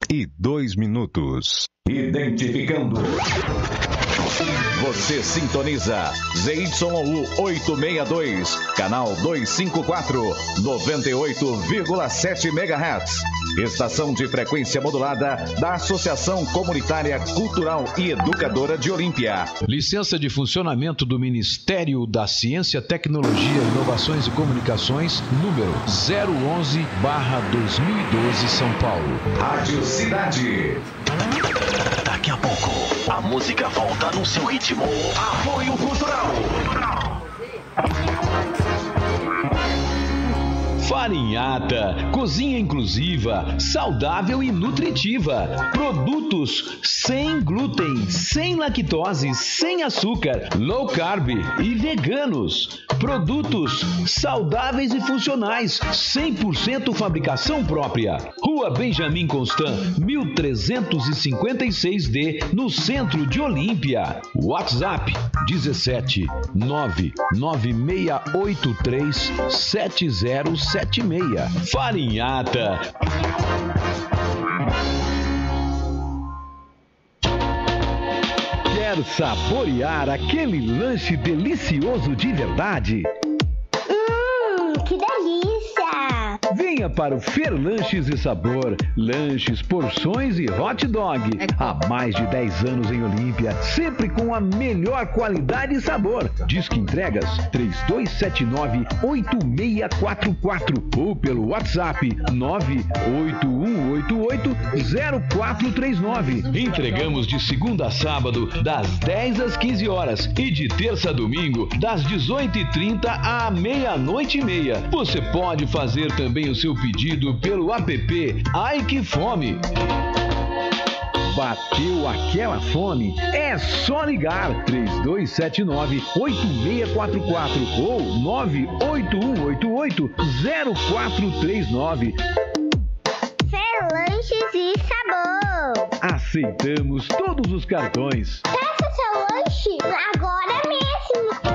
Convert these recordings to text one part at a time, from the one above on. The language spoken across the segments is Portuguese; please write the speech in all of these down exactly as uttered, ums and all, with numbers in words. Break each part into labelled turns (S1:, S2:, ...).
S1: e dois minutos.
S2: Identificando. Você sintoniza Z Y U oitocentos e sessenta e dois, canal duzentos e cinquenta e quatro, noventa e oito vírgula sete megahertz. Estação de frequência modulada da Associação Comunitária Cultural e Educadora de Olímpia.
S3: Licença de funcionamento do Ministério da Ciência, Tecnologia, Inovações e Comunicações, número zero onze barra dois mil e doze, São Paulo.
S2: Rádio Cidade.
S4: Daqui a pouco, a música volta no seu ritmo. Apoio Cultural.
S3: Farinhata, cozinha inclusiva, saudável e nutritiva. Produtos sem glúten, sem lactose, sem açúcar, low carb e veganos. Produtos saudáveis e funcionais, cem por cento fabricação própria. Rua Benjamin Constant, mil trezentos e cinquenta e seis D, no centro de Olímpia. WhatsApp dezessete nove nove seis oito três sete zero sete seis. Farinhata. Quer saborear aquele lanche delicioso de verdade?
S5: Hum, que delícia!
S3: Venha para o Fer Lanches e Sabor. Lanches, porções e hot dog. Há mais de dez anos em Olímpia, sempre com a melhor qualidade e sabor. Disque entregas três dois sete nove oito seis quatro quatro ou pelo WhatsApp nove oito um oito oito zero quatro três nove. Entregamos de segunda a sábado, das dez às quinze horas e de terça a domingo, das dezoito e trinta à meia-noite e meia. Você pode fazer também o seu pedido pelo app Ai Que Fome. Bateu aquela fome? É só ligar três dois sete nove oito seis quatro quatro ou nove oito um oito oito zero quatro três nove.
S5: Fer Lanches e Sabor.
S3: Aceitamos todos os cartões.
S5: Peça seu lanche agora mesmo.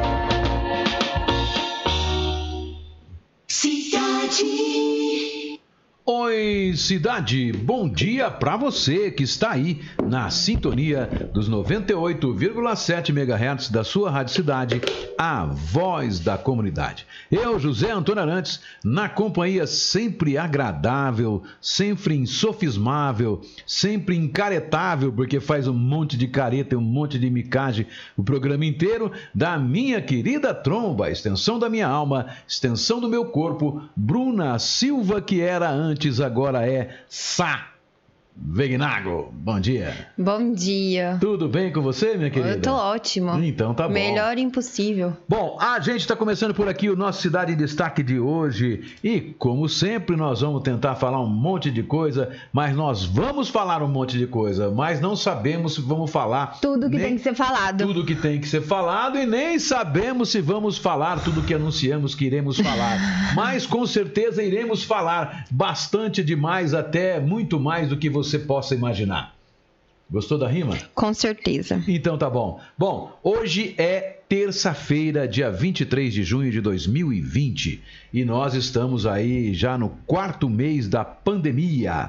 S6: Cidade.
S3: Oi, cidade, bom dia para você que está aí na sintonia dos noventa e oito vírgula sete megahertz da sua Rádio Cidade, a voz da comunidade. Eu, José Antônio Arantes, na companhia sempre agradável, sempre insofismável, sempre encaretável, porque faz um monte de careta e um monte de micagem o programa inteiro, da minha querida tromba, extensão da minha alma, extensão do meu corpo, Bruna Silva, que era antes. Antes agora é Sá Vegnago. Bom dia.
S7: Bom dia.
S3: Tudo bem com você, minha querida?
S7: Eu tô ótimo.
S3: Então tá bom.
S7: Melhor impossível.
S3: Bom, a gente está começando por aqui o nosso Cidade em Destaque de hoje e, como sempre, nós vamos tentar falar um monte de coisa, mas nós vamos falar um monte de coisa, mas não sabemos se vamos falar...
S7: Tudo que
S3: nem...
S7: tem que ser falado.
S3: Tudo que tem que ser falado e nem sabemos se vamos falar tudo que anunciamos que iremos falar. Mas, com certeza, iremos falar bastante demais, até muito mais do que você você possa imaginar. Gostou da rima?
S7: Com certeza.
S3: Então tá bom. Bom, hoje é terça-feira, dia vinte e três de junho de dois mil e vinte e nós estamos aí já no quarto mês da pandemia.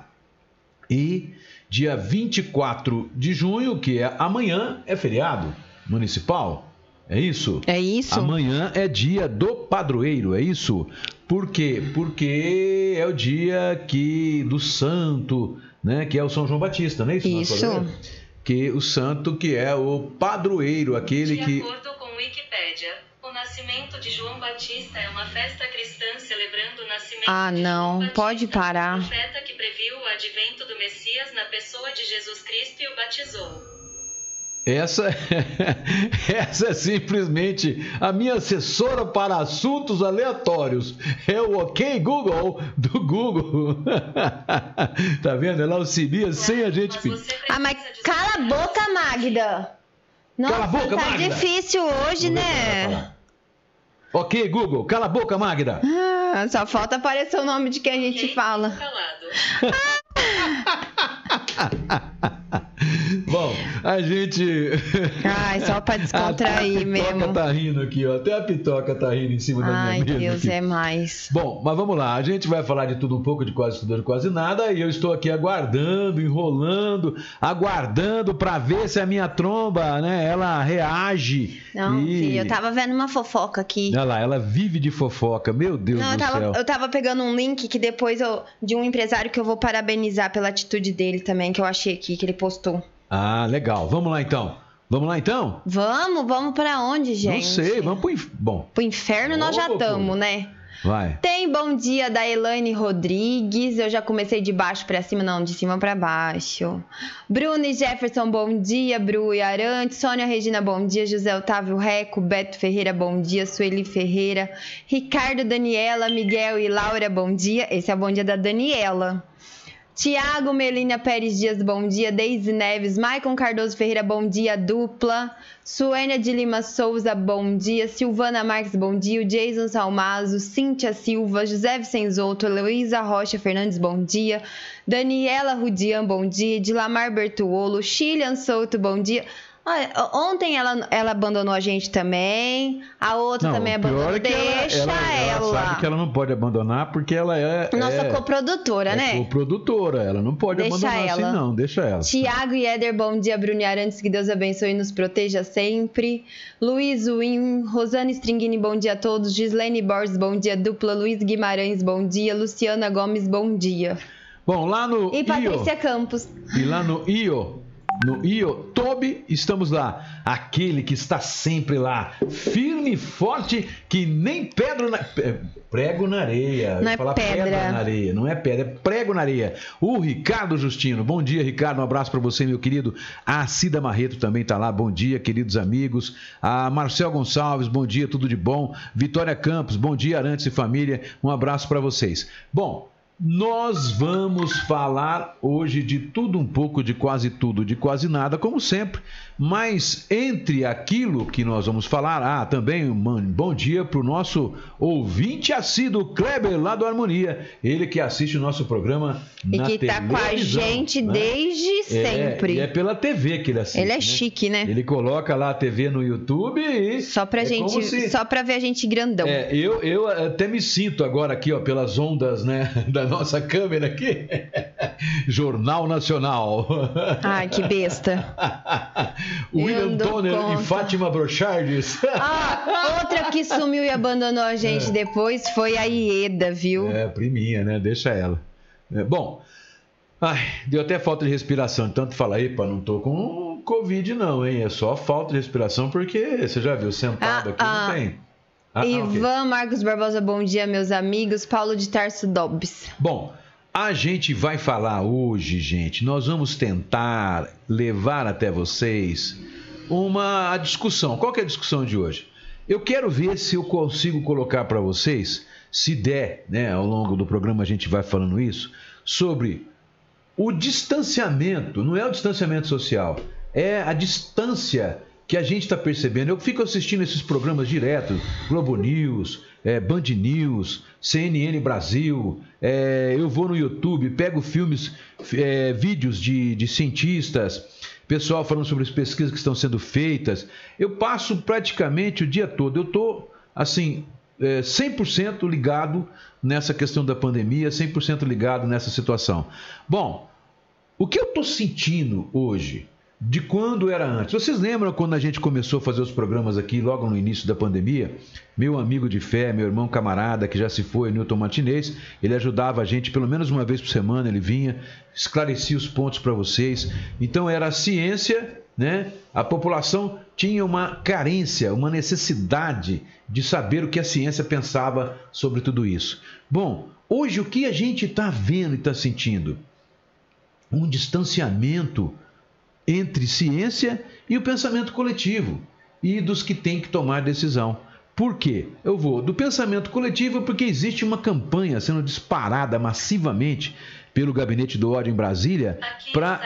S3: E dia vinte e quatro de junho, que é amanhã, é feriado municipal. É isso?
S7: É isso.
S3: Amanhã é dia do padroeiro, é isso? Por quê? Porque é o dia que do santo, né, que é o São João Batista, não é isso?
S7: Isso.
S3: Que o santo que é o padroeiro, aquele que...
S8: De acordo com Wikipédia, o nascimento de João Batista é uma festa cristã celebrando o nascimento
S7: ah,
S8: de
S7: não,
S8: João Batista,
S7: pode parar.
S8: profeta que previu o advento do Messias na pessoa de Jesus Cristo e o batizou.
S3: Essa, essa é simplesmente a minha assessora para assuntos aleatórios. É o OK Google do Google. Tá vendo? Ela auxilia sem a gente pedir.
S7: Ah, mas cala a boca, Magda. Nossa,
S3: cala a boca,
S7: tá
S3: Magda.
S7: Difícil hoje, né?
S3: OK Google, cala a boca, Magda.
S7: Ah, só falta aparecer o nome de quem a gente fala.
S3: Bom, A gente...
S7: Ai, só pra descontrair mesmo.
S3: A Pitoca tá rindo aqui, ó. Até a Pitoca tá rindo em cima da minha
S7: Ai,
S3: mesa.
S7: Ai, Deus,
S3: aqui.
S7: é mais.
S3: Bom, mas vamos lá. A gente vai falar de tudo um pouco, de quase tudo, de quase nada. E eu estou aqui aguardando, enrolando, aguardando pra ver se a minha tromba, né, ela reage.
S7: Não,
S3: e...
S7: filho, eu tava vendo uma fofoca aqui.
S3: Olha lá, ela vive de fofoca. Meu Deus
S7: Não,
S3: do
S7: eu tava,
S3: céu.
S7: Eu tava pegando um link que depois eu, de um empresário que eu vou parabenizar pela atitude dele também, que eu achei aqui, que ele postou.
S3: Ah, legal. Vamos lá então. Vamos lá então?
S7: Vamos, vamos pra onde, gente?
S3: Não sei, vamos pro inferno. Bom.
S7: Pro inferno nós já estamos, né?
S3: Vai.
S7: Tem bom dia da Elaine Rodrigues. Eu já comecei de baixo pra cima, não, de cima pra baixo. Bruno e Jefferson, bom dia. Bru e Arantes. Sônia Regina, bom dia. José Otávio Reco. Beto Ferreira, bom dia. Sueli Ferreira. Ricardo, Daniela, Miguel e Laura, bom dia. Esse é o bom dia da Daniela. Tiago Melina Pérez Dias, bom dia. Deise Neves, Maicon Cardoso Ferreira, bom dia. Dupla. Suênia de Lima Souza, bom dia. Silvana Marques, bom dia. Jason Salmazo, Cíntia Silva, José Vicenzoto, Heloísa Rocha Fernandes, bom dia. Daniela Rudian, bom dia. Dilamar Bertuolo, Chilian Souto, bom dia. Olha, ontem ela, ela abandonou a gente também, a outra
S3: não,
S7: também abandonou.
S3: É
S7: Deixa
S3: ela, ela, ela. Ela sabe que ela não pode abandonar porque ela é...
S7: Nossa
S3: é,
S7: coprodutora,
S3: é
S7: né?
S3: coprodutora, ela não pode deixa abandonar ela. assim não, deixa ela.
S7: Tiago e Éder, bom dia. Bruno e Arantes, que Deus abençoe e nos proteja sempre. Luiz Win, Rosana Stringini, bom dia a todos. Gislaine Borges, bom dia. Dupla, Luiz Guimarães, bom dia. Luciana Gomes, bom dia.
S3: Bom, lá no
S7: E Patrícia I O, Campos.
S3: E lá no I O... No I O Tobi, estamos lá. Aquele que está sempre lá, firme e forte, que nem pedra na... prego na areia.
S7: Não é
S3: falar
S7: pedra.
S3: pedra na areia. Não é pedra, é prego na areia. O Ricardo Justino. Bom dia, Ricardo. Um abraço para você, meu querido. A Cida Marreto também está lá. Bom dia, queridos amigos. A Marcel Gonçalves, bom dia, tudo de bom. Vitória Campos, bom dia, Arantes e família. Um abraço para vocês. Bom, nós vamos falar hoje de tudo um pouco, de quase tudo, de quase nada, como sempre. Mas entre aquilo que nós vamos falar, ah, também um bom dia para o nosso ouvinte assíduo, Kleber, lá do Harmonia. Ele que assiste o nosso programa
S7: e
S3: na
S7: que
S3: televisão.
S7: E que está com a gente, né, desde sempre.
S3: É, e é pela T V que ele assiste.
S7: Ele é
S3: né?
S7: chique, né?
S3: Ele coloca lá a T V no YouTube e...
S7: Só pra
S3: é
S7: gente,
S3: se...
S7: só pra ver a gente grandão.
S3: É, eu, eu até me sinto agora aqui, ó, pelas ondas, né, da nossa câmera aqui. Jornal Nacional.
S7: Ai, que besta.
S3: William Toner e Fátima Brochardes.
S7: Ah, outra que sumiu e abandonou a gente é. depois foi a Ieda, viu?
S3: É, priminha, né? Deixa ela. É, bom, ai, deu até falta de respiração. Tanto fala aí, pá, não tô com Covid não, hein? É só falta de respiração porque você já viu, sentado ah, aqui ah. não tem.
S7: Ah, Ivan okay. Marcos Barbosa, bom dia, meus amigos. Paulo de Tarso Dobbs.
S3: Bom, a gente vai falar hoje, gente, nós vamos tentar levar até vocês uma discussão. Qual que é a discussão de hoje? Eu quero ver se eu consigo colocar para vocês, se der, né, ao longo do programa a gente vai falando isso, sobre o distanciamento, não é o distanciamento social, é a distância que a gente está percebendo. Eu fico assistindo esses programas direto, Globo News, é, Band News, C N N Brasil, é, eu vou no YouTube, pego filmes, é, vídeos de, de cientistas, pessoal falando sobre as pesquisas que estão sendo feitas. Eu passo praticamente o dia todo, eu estou assim, é, cem por cento ligado nessa questão da pandemia, cem por cento ligado nessa situação. Bom, o que eu estou sentindo hoje de quando era antes? Vocês lembram quando a gente começou a fazer os programas aqui logo no início da pandemia? Meu amigo de fé, meu irmão camarada que já se foi, Newton Martinez, ele ajudava a gente pelo menos uma vez por semana, ele vinha, esclarecia os pontos para vocês. Então era a ciência, né? A população tinha uma carência, uma necessidade de saber o que a ciência pensava sobre tudo isso. Bom, hoje o que a gente está vendo e está sentindo? Um distanciamento entre ciência e o pensamento coletivo e dos que têm que tomar decisão. Por quê? Eu vou do pensamento coletivo porque existe uma campanha sendo disparada massivamente pelo Gabinete do Ódio em Brasília para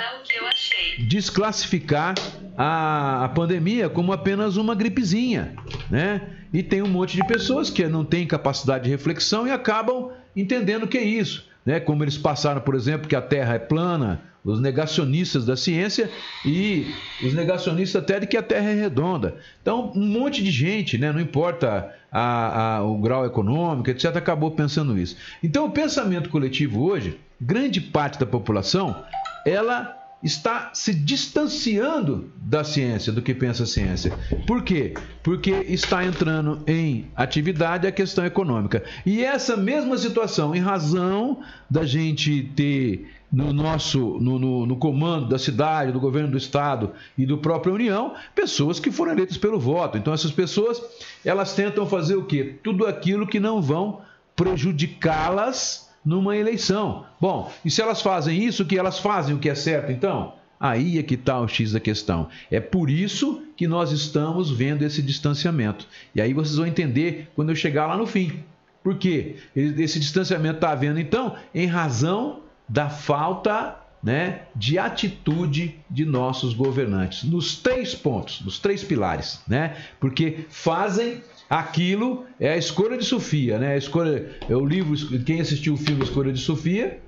S3: desclassificar a, a pandemia como apenas uma gripezinha, né? E tem um monte de pessoas que não têm capacidade de reflexão e acabam entendendo o que é isso. né? Como eles passaram, por exemplo, que a Terra é plana, os negacionistas da ciência e os negacionistas até de que a Terra é redonda. Então, um monte de gente, né? Não importa a, a, o grau econômico, etcétera, acabou pensando isso. Então, o pensamento coletivo hoje, grande parte da população, ela está se distanciando da ciência, do que pensa a ciência. Por quê? Porque está entrando em atividade a questão econômica. E essa mesma situação, em razão da gente ter no nosso no, no, no comando da cidade, do governo do estado e do própria União, pessoas que foram eleitas pelo voto. Então essas pessoas, elas tentam fazer o quê? Tudo aquilo que não vão prejudicá-las numa eleição. Bom, e se elas fazem isso, que elas fazem o que é certo, então? Aí é que está o X da questão. É por isso que nós estamos vendo esse distanciamento. E aí vocês vão entender quando eu chegar lá no fim. Por quê? Esse distanciamento está havendo, então, em razão da falta, né, de atitude de nossos governantes. Nos três pontos, nos três pilares, né? Porque fazem aquilo, é a escolha de Sofia, né? A escolha, é o livro, quem assistiu o filme Escolha de Sofia,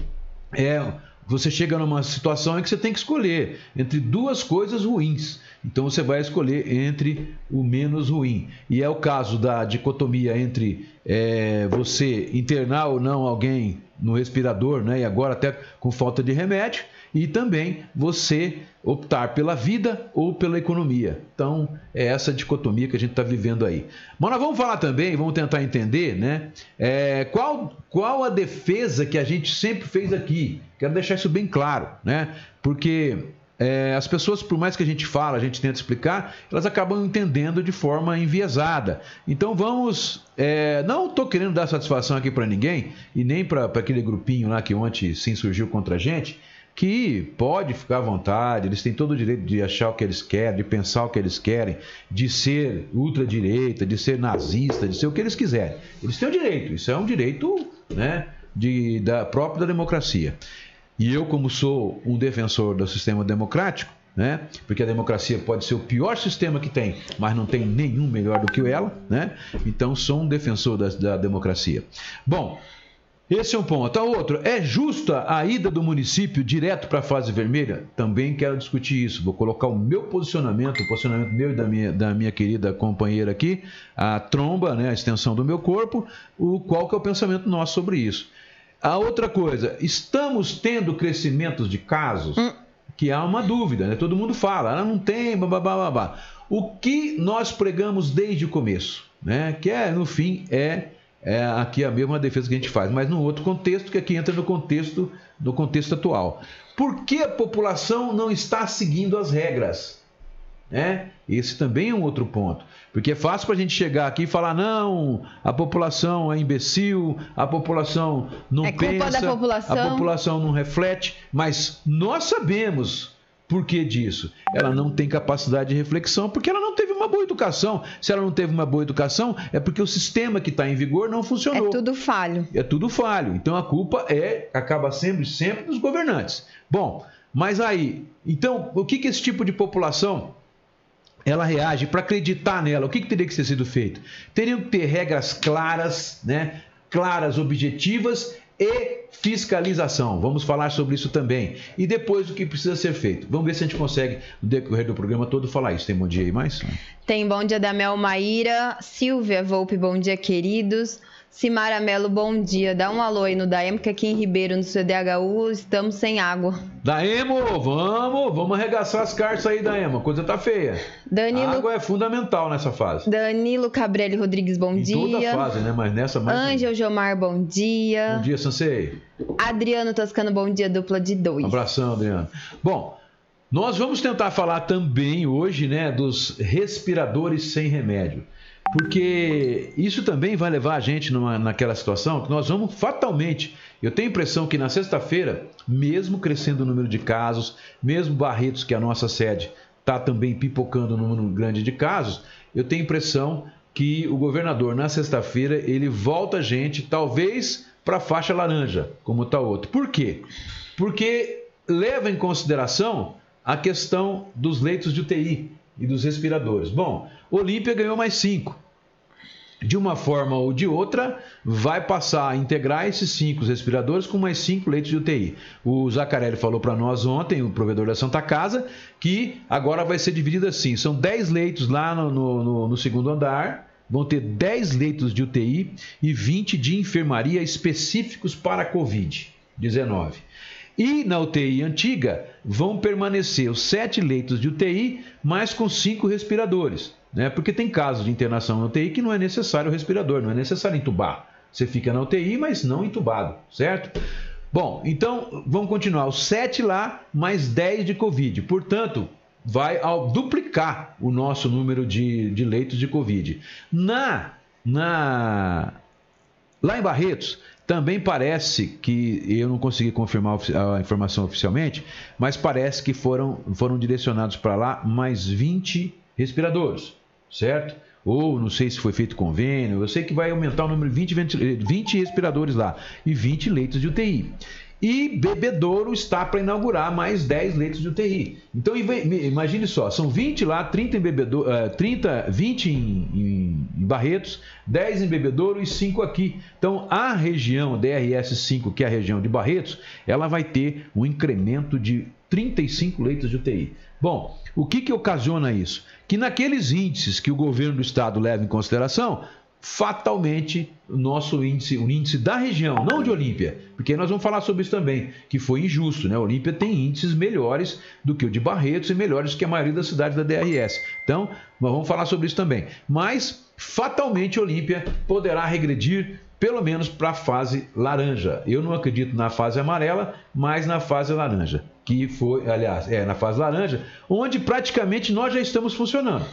S3: é, você chega numa situação em que você tem que escolher entre duas coisas ruins. Então você vai escolher entre o menos ruim. E é o caso da dicotomia entre é, você internar ou não alguém no respirador, né? E agora até com falta de remédio, e também você optar pela vida ou pela economia. Então, é essa dicotomia que a gente está vivendo aí. Mas nós vamos falar também, vamos tentar entender, né? É, qual, qual a defesa que a gente sempre fez aqui. Quero deixar isso bem claro, né? Porque é, as pessoas, por mais que a gente fala, a gente tenta explicar, elas acabam entendendo de forma enviesada. Então vamos... É, não estou querendo dar satisfação aqui para ninguém, e nem para aquele grupinho lá que ontem se insurgiu contra a gente, que pode ficar à vontade, eles têm todo o direito de achar o que eles querem, de pensar o que eles querem, de ser ultradireita, de ser nazista, de ser o que eles quiserem. Eles têm o direito, isso é um direito, né, de, da própria da democracia. E eu, como sou um defensor do sistema democrático, né, porque a democracia pode ser o pior sistema que tem, mas não tem nenhum melhor do que ela, né, então sou um defensor da, da democracia. Bom, esse é um ponto. A outro, é justa a ida do município direto para a fase vermelha? Também quero discutir isso. Vou colocar o meu posicionamento, o posicionamento meu e da minha, da minha querida companheira aqui, a tromba, né, a extensão do meu corpo, o qual que é o pensamento nosso sobre isso. A outra coisa, estamos tendo crescimentos de casos hum. que há uma dúvida, né? Todo mundo fala, ela não tem, bababá, babá. O que nós pregamos desde o começo, né? Que é, no fim, é... É aqui a mesma defesa que a gente faz, mas num outro contexto, que aqui entra no contexto, no contexto atual. Por que a população não está seguindo as regras? É, esse também é um outro ponto. Porque é fácil para a gente chegar aqui e falar, não, a população é imbecil, a população não
S7: é
S3: pensa,
S7: culpa da população.
S3: A população não reflete, mas nós sabemos... Por que disso? Ela não tem capacidade de reflexão porque ela não teve uma boa educação. Se ela não teve uma boa educação, é porque o sistema que está em vigor não funcionou.
S7: É tudo falho.
S3: É tudo falho. Então a culpa é, acaba sempre, sempre dos governantes. Bom, mas aí, então, o que, que esse tipo de população ela reage para acreditar nela? O que, que teria que ter sido feito? Teriam que ter regras claras, né? Claras, objetivas e fiscalização. Vamos falar sobre isso também. E depois o que precisa ser feito. Vamos ver se a gente consegue, no decorrer do programa todo, falar isso. Tem bom dia aí mais?
S7: Tem bom dia da Mel Maíra. Silvia Volpe, bom dia, queridos. Simara Melo, bom dia. Dá um alô aí no Daemo, que aqui em Ribeiro, no C D H U, estamos sem água.
S3: Daemo, vamos, vamos arregaçar as cartas aí, Daemo. A coisa tá feia. Danilo... A água é fundamental nessa fase.
S7: Danilo Cabrelli Rodrigues, bom em dia. Em toda
S3: fase, né? Mas nessa mais...
S7: Ângel Jomar, bom dia.
S3: Bom dia, Sansei.
S7: Adriano Toscano, bom dia, dupla de dois.
S3: Um abração, Adriano. Bom, nós vamos tentar falar também hoje, né, dos respiradores sem remédio. Porque isso também vai levar a gente numa, naquela situação que nós vamos fatalmente... Eu tenho a impressão que na sexta-feira, mesmo crescendo o número de casos, mesmo Barretos, que é a nossa sede, está também pipocando o número grande de casos, eu tenho a impressão que o governador, na sexta-feira, ele volta a gente, talvez, para a faixa laranja, como está outro. Por quê? Porque leva em consideração a questão dos leitos de U T I e dos respiradores. Bom, Olímpia ganhou mais cinco. de uma forma ou de outra, vai passar a integrar esses cinco respiradores com mais cinco leitos de U T I. O Zacarelli falou para nós ontem, o provedor da Santa Casa, que agora vai ser dividido assim, são dez leitos lá no, no, no segundo andar, vão ter dez leitos de U T I e vinte de enfermaria específicos para a covid dezenove. E na U T I antiga vão permanecer os sete leitos de U T I, mais com cinco respiradores. Né? Porque tem casos de internação na U T I que não é necessário o respirador, não é necessário entubar. Você fica na U T I, mas não entubado, certo? Bom, então vamos continuar. Os sete lá, mais dez de Covid. Portanto, vai ao duplicar o nosso número de, de leitos de Covid. Na, na, lá em Barretos, também parece que, eu não consegui confirmar a informação oficialmente, mas parece que foram, foram direcionados para lá mais vinte respiradores, certo? Ou não sei se foi feito convênio, eu sei que vai aumentar o número de vinte, vinte, vinte respiradores lá e vinte leitos de U T I. E Bebedouro está para inaugurar mais dez leitos de U T I. Então imagine só, são vinte lá, trinta em Bebedouro, trinta, vinte em, em, em Barretos, dez em Bebedouro e cinco aqui. Então a região D R S cinco, que é a região de Barretos, ela vai ter um incremento de trinta e cinco leitos de U T I. Bom, o que que ocasiona isso? Que naqueles índices que o governo do estado leva em consideração, fatalmente o nosso índice, o índice da região, não de Olímpia, porque nós vamos falar sobre isso também, que foi injusto, né? Olímpia tem índices melhores do que o de Barretos e melhores que a maioria das cidades da D R S. Então, nós vamos falar sobre isso também. Mas, fatalmente, Olímpia poderá regredir pelo menos para a fase laranja. Eu não acredito na fase amarela, mas na fase laranja, que foi, aliás, é na fase laranja, onde praticamente nós já estamos funcionando.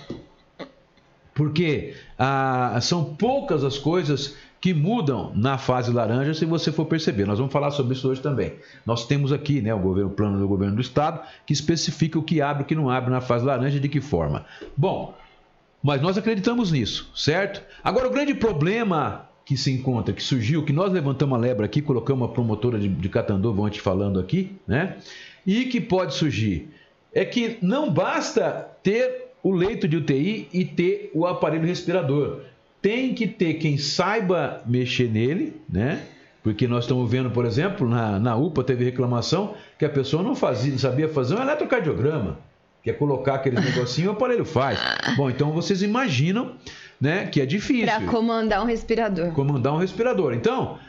S3: Porque ah, são poucas as coisas que mudam na fase laranja, se você for perceber. Nós vamos falar sobre isso hoje também. Nós temos aqui, né, o, governo, o plano do governo do estado, que especifica o que abre e o que não abre na fase laranja e de que forma. Bom, mas nós acreditamos nisso, certo? Agora, o grande problema que se encontra, que surgiu, que nós levantamos a lebre aqui, colocamos uma promotora de, de Catanduva ontem falando aqui, né? E que pode surgir, é que não basta ter o leito de U T I e ter o aparelho respirador. Tem que ter quem saiba mexer nele, né? Porque nós estamos vendo, por exemplo, na, na U P A teve reclamação que a pessoa não, fazia, não sabia fazer um eletrocardiograma, que é colocar aquele negocinho e o aparelho faz. Bom, então vocês imaginam, né, que é difícil.
S7: Para comandar um respirador.
S3: Comandar um respirador. Então,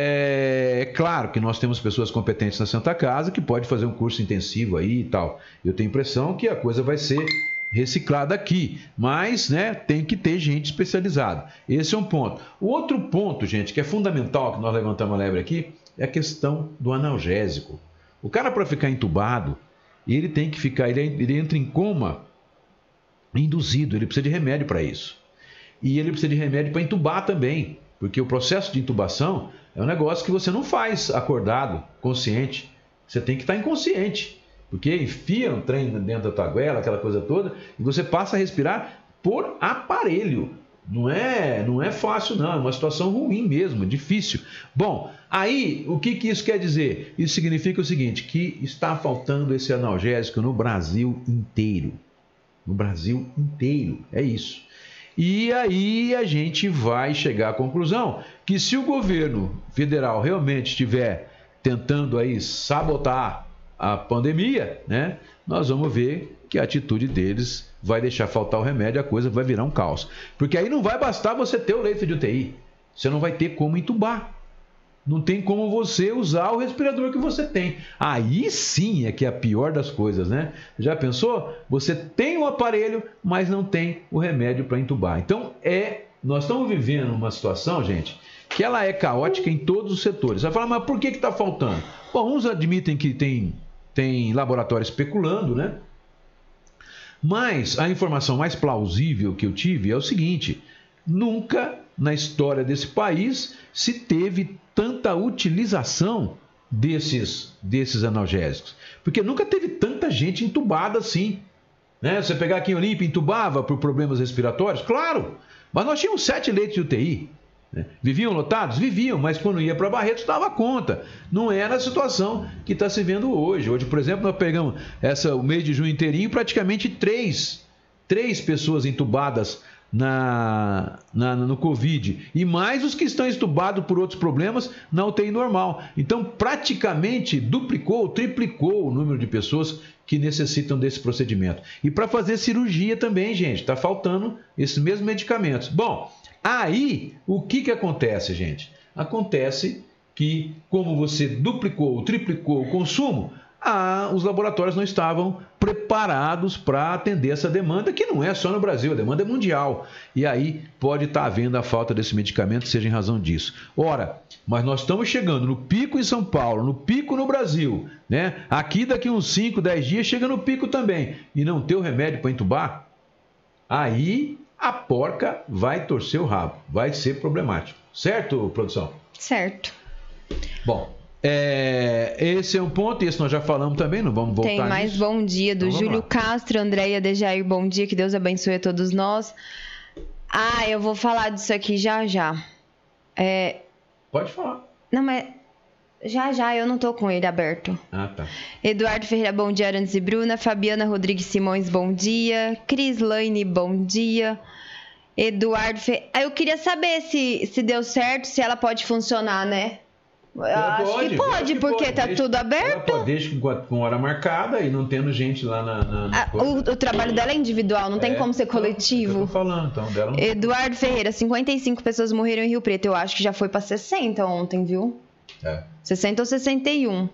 S3: é, é claro que nós temos pessoas competentes na Santa Casa que pode fazer um curso intensivo aí e tal. Eu tenho a impressão que a coisa vai ser reciclada aqui, mas, né, tem que ter gente especializada. Esse é um ponto. O outro ponto, gente, que é fundamental, que nós levantamos a lebre aqui, é a questão do analgésico. O cara, para ficar entubado, ele tem que ficar, ele, ele entra em coma induzido, ele precisa de remédio para isso. E ele precisa de remédio para entubar também, porque o processo de intubação é um negócio que você não faz acordado, consciente. Você tem que estar inconsciente, porque enfia um trem dentro da tua goela, aquela coisa toda, e você passa a respirar por aparelho. Não é, não é fácil, não. É uma situação ruim mesmo, difícil. Bom, aí, o que, que isso quer dizer? Isso significa o seguinte, que está faltando esse analgésico no Brasil inteiro. No Brasil inteiro, é isso. E aí a gente vai chegar à conclusão que se o governo federal realmente estiver tentando aí sabotar a pandemia, né, nós vamos ver que a atitude deles vai deixar faltar o remédio, a coisa vai virar um caos. Porque aí não vai bastar você ter o leito de U T I, você não vai ter como entubar. Não tem como você usar o respirador que você tem. Aí sim é que é a pior das coisas, né? Já pensou? Você tem o aparelho, mas não tem o remédio para entubar. Então, é, nós estamos vivendo uma situação, gente, que ela é caótica em todos os setores. Você vai falar, mas por que está faltando? Bom, uns admitem que tem, tem laboratório especulando, né? Mas a informação mais plausível que eu tive é o seguinte: nunca na história desse país se teve tanta utilização desses, desses analgésicos. Porque nunca teve tanta gente entubada assim. Né? Você pegar aqui em Olímpia, entubava por problemas respiratórios? Claro! Mas nós tínhamos sete leitos de U T I. Né? Viviam lotados? Viviam, mas quando ia para Barretos dava conta. Não era a situação que está se vendo hoje. Hoje, por exemplo, nós pegamos essa, o mês de junho inteirinho, praticamente três, três pessoas entubadas na, na, no Covid. E mais os que estão estubados por outros problemas na U T I normal. Então, praticamente duplicou, triplicou o número de pessoas que necessitam desse procedimento. E para fazer cirurgia também, gente, está faltando esses mesmos medicamentos. Bom, aí, o que, que acontece, gente? Acontece que, como você duplicou, triplicou o consumo, ah, os laboratórios não estavam preparados para atender essa demanda, que não é só no Brasil, a demanda é mundial. E aí pode estar havendo a falta desse medicamento, seja em razão disso. Ora, mas nós estamos chegando no pico em São Paulo, no pico no Brasil, né? Aqui daqui uns cinco, dez dias chega no pico também, e não ter o remédio para entubar, aí a porca vai torcer o rabo, vai ser problemático. Certo, produção?
S7: Certo.
S3: Bom, é, esse é um ponto, e esse nós já falamos também, não vamos voltar
S7: Tem mais
S3: nisso.
S7: bom dia do
S3: Então,
S7: Júlio
S3: lá.
S7: Castro, Andréia Dejair, bom dia, que Deus abençoe a todos nós. Ah, eu vou falar disso aqui já já. É...
S3: Pode falar.
S7: Não, mas já já eu não tô com ele aberto.
S3: Ah, tá.
S7: Eduardo Ferreira, bom dia, Arantes e Bruna. Fabiana Rodrigues Simões, bom dia. Cris Laine, bom dia. Eduardo Ferreira. Eu queria saber se, se deu certo, se ela pode funcionar, né? Eu
S3: Ela
S7: acho
S3: pode,
S7: que
S3: eu
S7: pode,
S3: acho que
S7: porque
S3: pode.
S7: tá
S3: Desde-
S7: tudo
S3: Ela
S7: aberto.
S3: pode, desde com, com hora marcada e não tendo gente lá na... na, na
S7: Ah,
S3: coisa.
S7: o, o trabalho dela é individual, não tem
S3: É,
S7: como ser
S3: então, é o que eu
S7: coletivo.
S3: tô falando, então, dela não...
S7: Eduardo Ferreira, cinquenta e cinco pessoas morreram em Rio Preto. Eu acho que já foi pra sessenta ontem, viu?
S3: É.
S7: sessenta ou sessenta e um.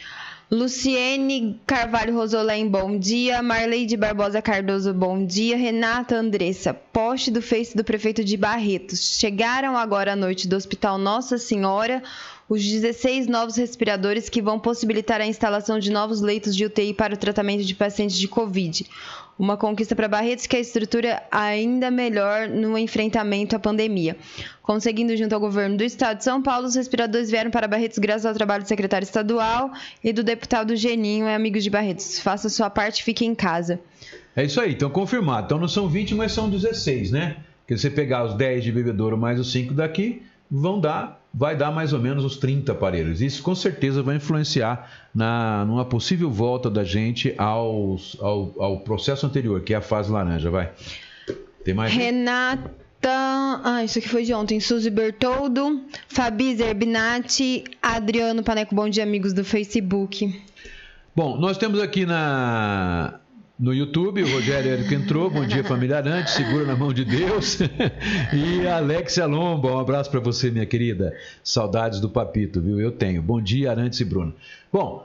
S7: Luciene Carvalho Rosolém, bom dia. Marleide Barbosa Cardoso, bom dia. Renata Andressa, poste do Face do prefeito de Barretos. Chegaram agora à noite do Hospital Nossa Senhora os dezesseis novos respiradores que vão possibilitar a instalação de novos leitos de U T I para o tratamento de pacientes de Covid. Uma conquista para Barretos, que é a estrutura ainda melhor no enfrentamento à pandemia. Conseguindo, junto ao governo do estado de São Paulo, os respiradores vieram para Barretos graças ao trabalho do secretário estadual e do deputado Geninho e amigos de Barretos. Faça sua parte, fique em casa.
S3: É isso aí, então confirmado. Então não são vinte, mas são dezesseis, né? Porque se você pegar os dez de bebedouro mais os cinco daqui, vão dar, vai dar mais ou menos os trinta aparelhos. Isso com certeza vai influenciar na, numa possível volta da gente aos, ao, ao processo anterior, que é a fase laranja, vai. Tem mais?
S7: Renata... Ah, isso aqui foi de ontem. Suzy Bertoldo, Fabi Zerbinati, Adriano Paneco, bom dia, amigos do Facebook.
S3: Bom, nós temos aqui na... No YouTube, o Rogério Érico entrou. Bom dia, família Arantes. Segura na mão de Deus. E a Alexia Lomba, um abraço para você, minha querida. Saudades do Papito, viu? Eu tenho. Bom dia, Arantes e Bruno. Bom,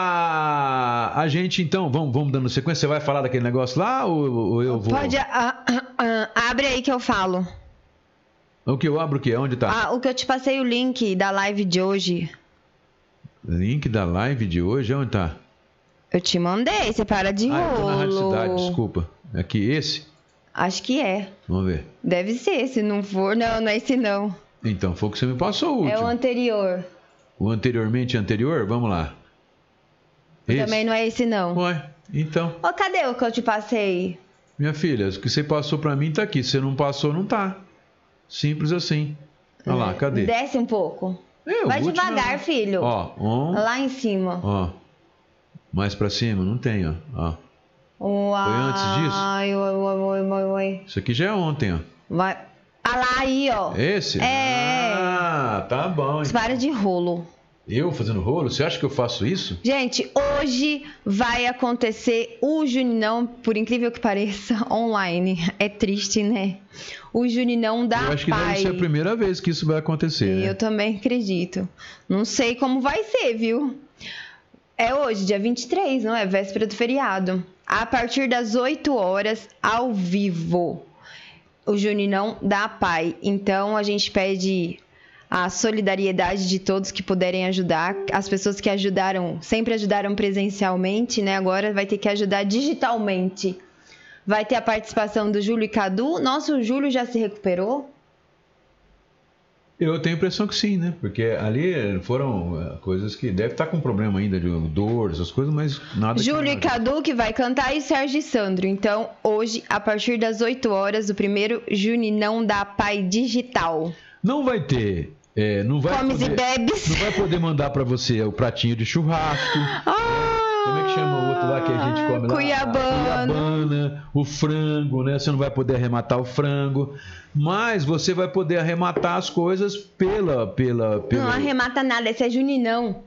S3: a, a gente então, vamos, vamos dando sequência. Você vai falar daquele negócio lá ou, ou eu vou?
S7: Pode, ah, ah, ah, abre aí que eu falo.
S3: O que eu abro o quê? Onde tá?
S7: Ah, o que eu te passei o link da live de hoje.
S3: Link da live de hoje, onde tá?
S7: Eu te mandei, você para de
S3: Ah, eu tô na Rádio
S7: rolo.
S3: Cidade, desculpa. Aqui, esse?
S7: Acho que é.
S3: Vamos ver.
S7: Deve ser, se não for. Não, não é esse não.
S3: Então, foi o que você me passou, o
S7: É o
S3: último.
S7: anterior.
S3: O anteriormente anterior? Vamos lá. Esse?
S7: Também não é esse não.
S3: Ué, então...
S7: Ô, cadê o que eu te passei?
S3: Minha filha, o que você passou pra mim tá aqui. Se você não passou, não tá. Simples assim. Olha lá, cadê?
S7: Desce um pouco.
S3: É, o
S7: Vai
S3: último
S7: devagar,
S3: é-
S7: filho.
S3: Ó, um,
S7: Lá em cima.
S3: ó. Mais pra cima? Não tem, ó. ó.
S7: Uai,
S3: antes disso?
S7: Ai, oi, oi, oi, oi, oi.
S3: Isso aqui já é ontem, ó.
S7: Vai. Ah lá, aí, ó.
S3: Esse?
S7: É.
S3: Ah, tá bom. então.
S7: Para de rolo.
S3: Eu fazendo rolo? Você acha que eu faço isso?
S7: Gente, hoje vai acontecer o Juninão, por incrível que pareça, online. É triste, né? O Juninão da
S3: eu acho que
S7: Pai.
S3: deve ser a primeira vez que isso vai acontecer, né?
S7: Eu também acredito. Não sei como vai ser, viu? É hoje, dia vinte e três, não é? Véspera do feriado. A partir das oito horas, ao vivo. O Juninão da Pai. Então, a gente pede a solidariedade de todos que puderem ajudar. As pessoas que ajudaram, sempre ajudaram presencialmente, né? Agora vai ter que ajudar digitalmente. Vai ter a participação do Júlio e Cadu. Nosso Júlio já se recuperou?
S3: Eu tenho a impressão que sim, né? Porque ali foram eh, coisas que deve estar com problema ainda de dor, essas coisas, mas nada que
S7: Júlio e
S3: não-
S7: Cadu que vai cantar e Sérgio e Sandro. Então, hoje, a partir das oito horas, o primeiro Juninão da Pai Digital.
S3: Não vai ter. eh, não vai
S7: Comes
S3: poder,
S7: e bebes.
S3: Não vai poder mandar pra você o pratinho de churrasco.
S7: Ah,
S3: Como é que chama o outro lá que a gente come lá?
S7: Cuiabana.
S3: Cuiabana, o frango, né? Você não vai poder arrematar o frango, mas você vai poder arrematar as coisas pela... pela, pela...
S7: Não arremata nada, esse é Juninão.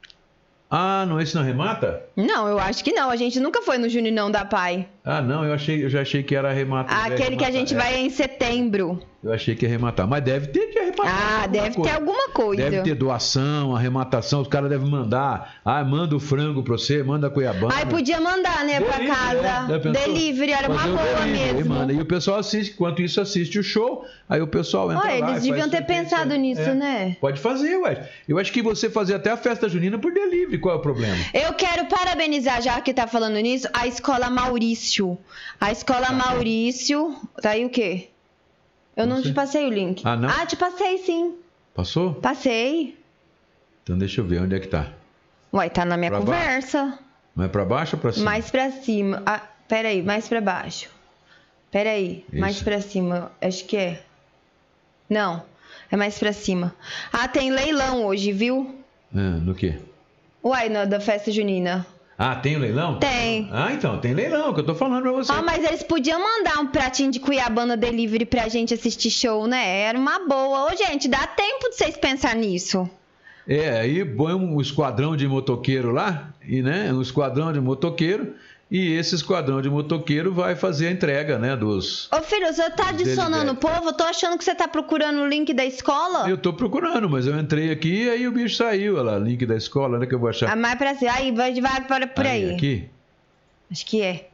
S3: Ah, não, esse não arremata?
S7: Não, eu acho que não. A gente nunca foi no Juninão da Pai.
S3: Ah, não, eu, achei, eu já achei que era arrematar.
S7: Aquele arrematar. Que a gente é. vai em setembro.
S3: Eu achei que ia arrematar, mas deve ter que arrematar.
S7: Ah, deve coisa. ter alguma coisa.
S3: Deve ter doação, arrematação, os caras devem mandar. Ah, manda o frango pra você, manda a cuiabana.
S7: Ah, podia mandar, né, delivery, pra casa. É. Delivery, era uma boa mesmo.
S3: E, manda. E o pessoal assiste, enquanto isso assiste o show, aí o pessoal entra
S7: Olha,
S3: lá.
S7: Eles deviam ter pensado isso, nisso,
S3: é.
S7: né?
S3: Pode fazer, ué. Eu acho que você fazer até a festa junina por delivery, qual é o problema?
S7: Eu quero parabenizar, já que tá falando nisso, a Escola Maurício. A Escola tá. Maurício... Tá aí o quê? Eu não, não te passei o link.
S3: Ah, não?
S7: Ah, te passei, sim.
S3: Passou?
S7: Passei.
S3: Então deixa eu ver, onde é que tá?
S7: Uai, tá na minha pra conversa.
S3: Baixo. Mais pra baixo ou pra cima?
S7: Mais pra cima. Ah, peraí, mais pra baixo. Peraí, Isso. mais pra cima. Acho que é. Não, é mais pra cima. Ah, tem leilão hoje, viu?
S3: É, no quê?
S7: Uai, na da festa junina.
S3: Ah, tem o leilão?
S7: Tem.
S3: Ah, então, tem leilão, que eu tô falando pra você.
S7: Ah, mas eles podiam mandar um pratinho de cuiabana delivery pra gente assistir show, né? Era uma boa. Ô, gente, dá tempo de vocês pensar nisso.
S3: É, aí põe um esquadrão de motoqueiro lá, e, né, um esquadrão de motoqueiro, e esse esquadrão de motoqueiro vai fazer a entrega, né, dos...
S7: Ô, filho, você tá adicionando o povo? Eu tô achando que você tá procurando o link da escola.
S3: Eu tô procurando, mas eu entrei aqui e aí o bicho saiu, olha lá, link da escola, né, que eu vou achar.
S7: Ah, mais pra cima, aí, vai, vai para por aí.
S3: aí. Aqui?
S7: Acho que é.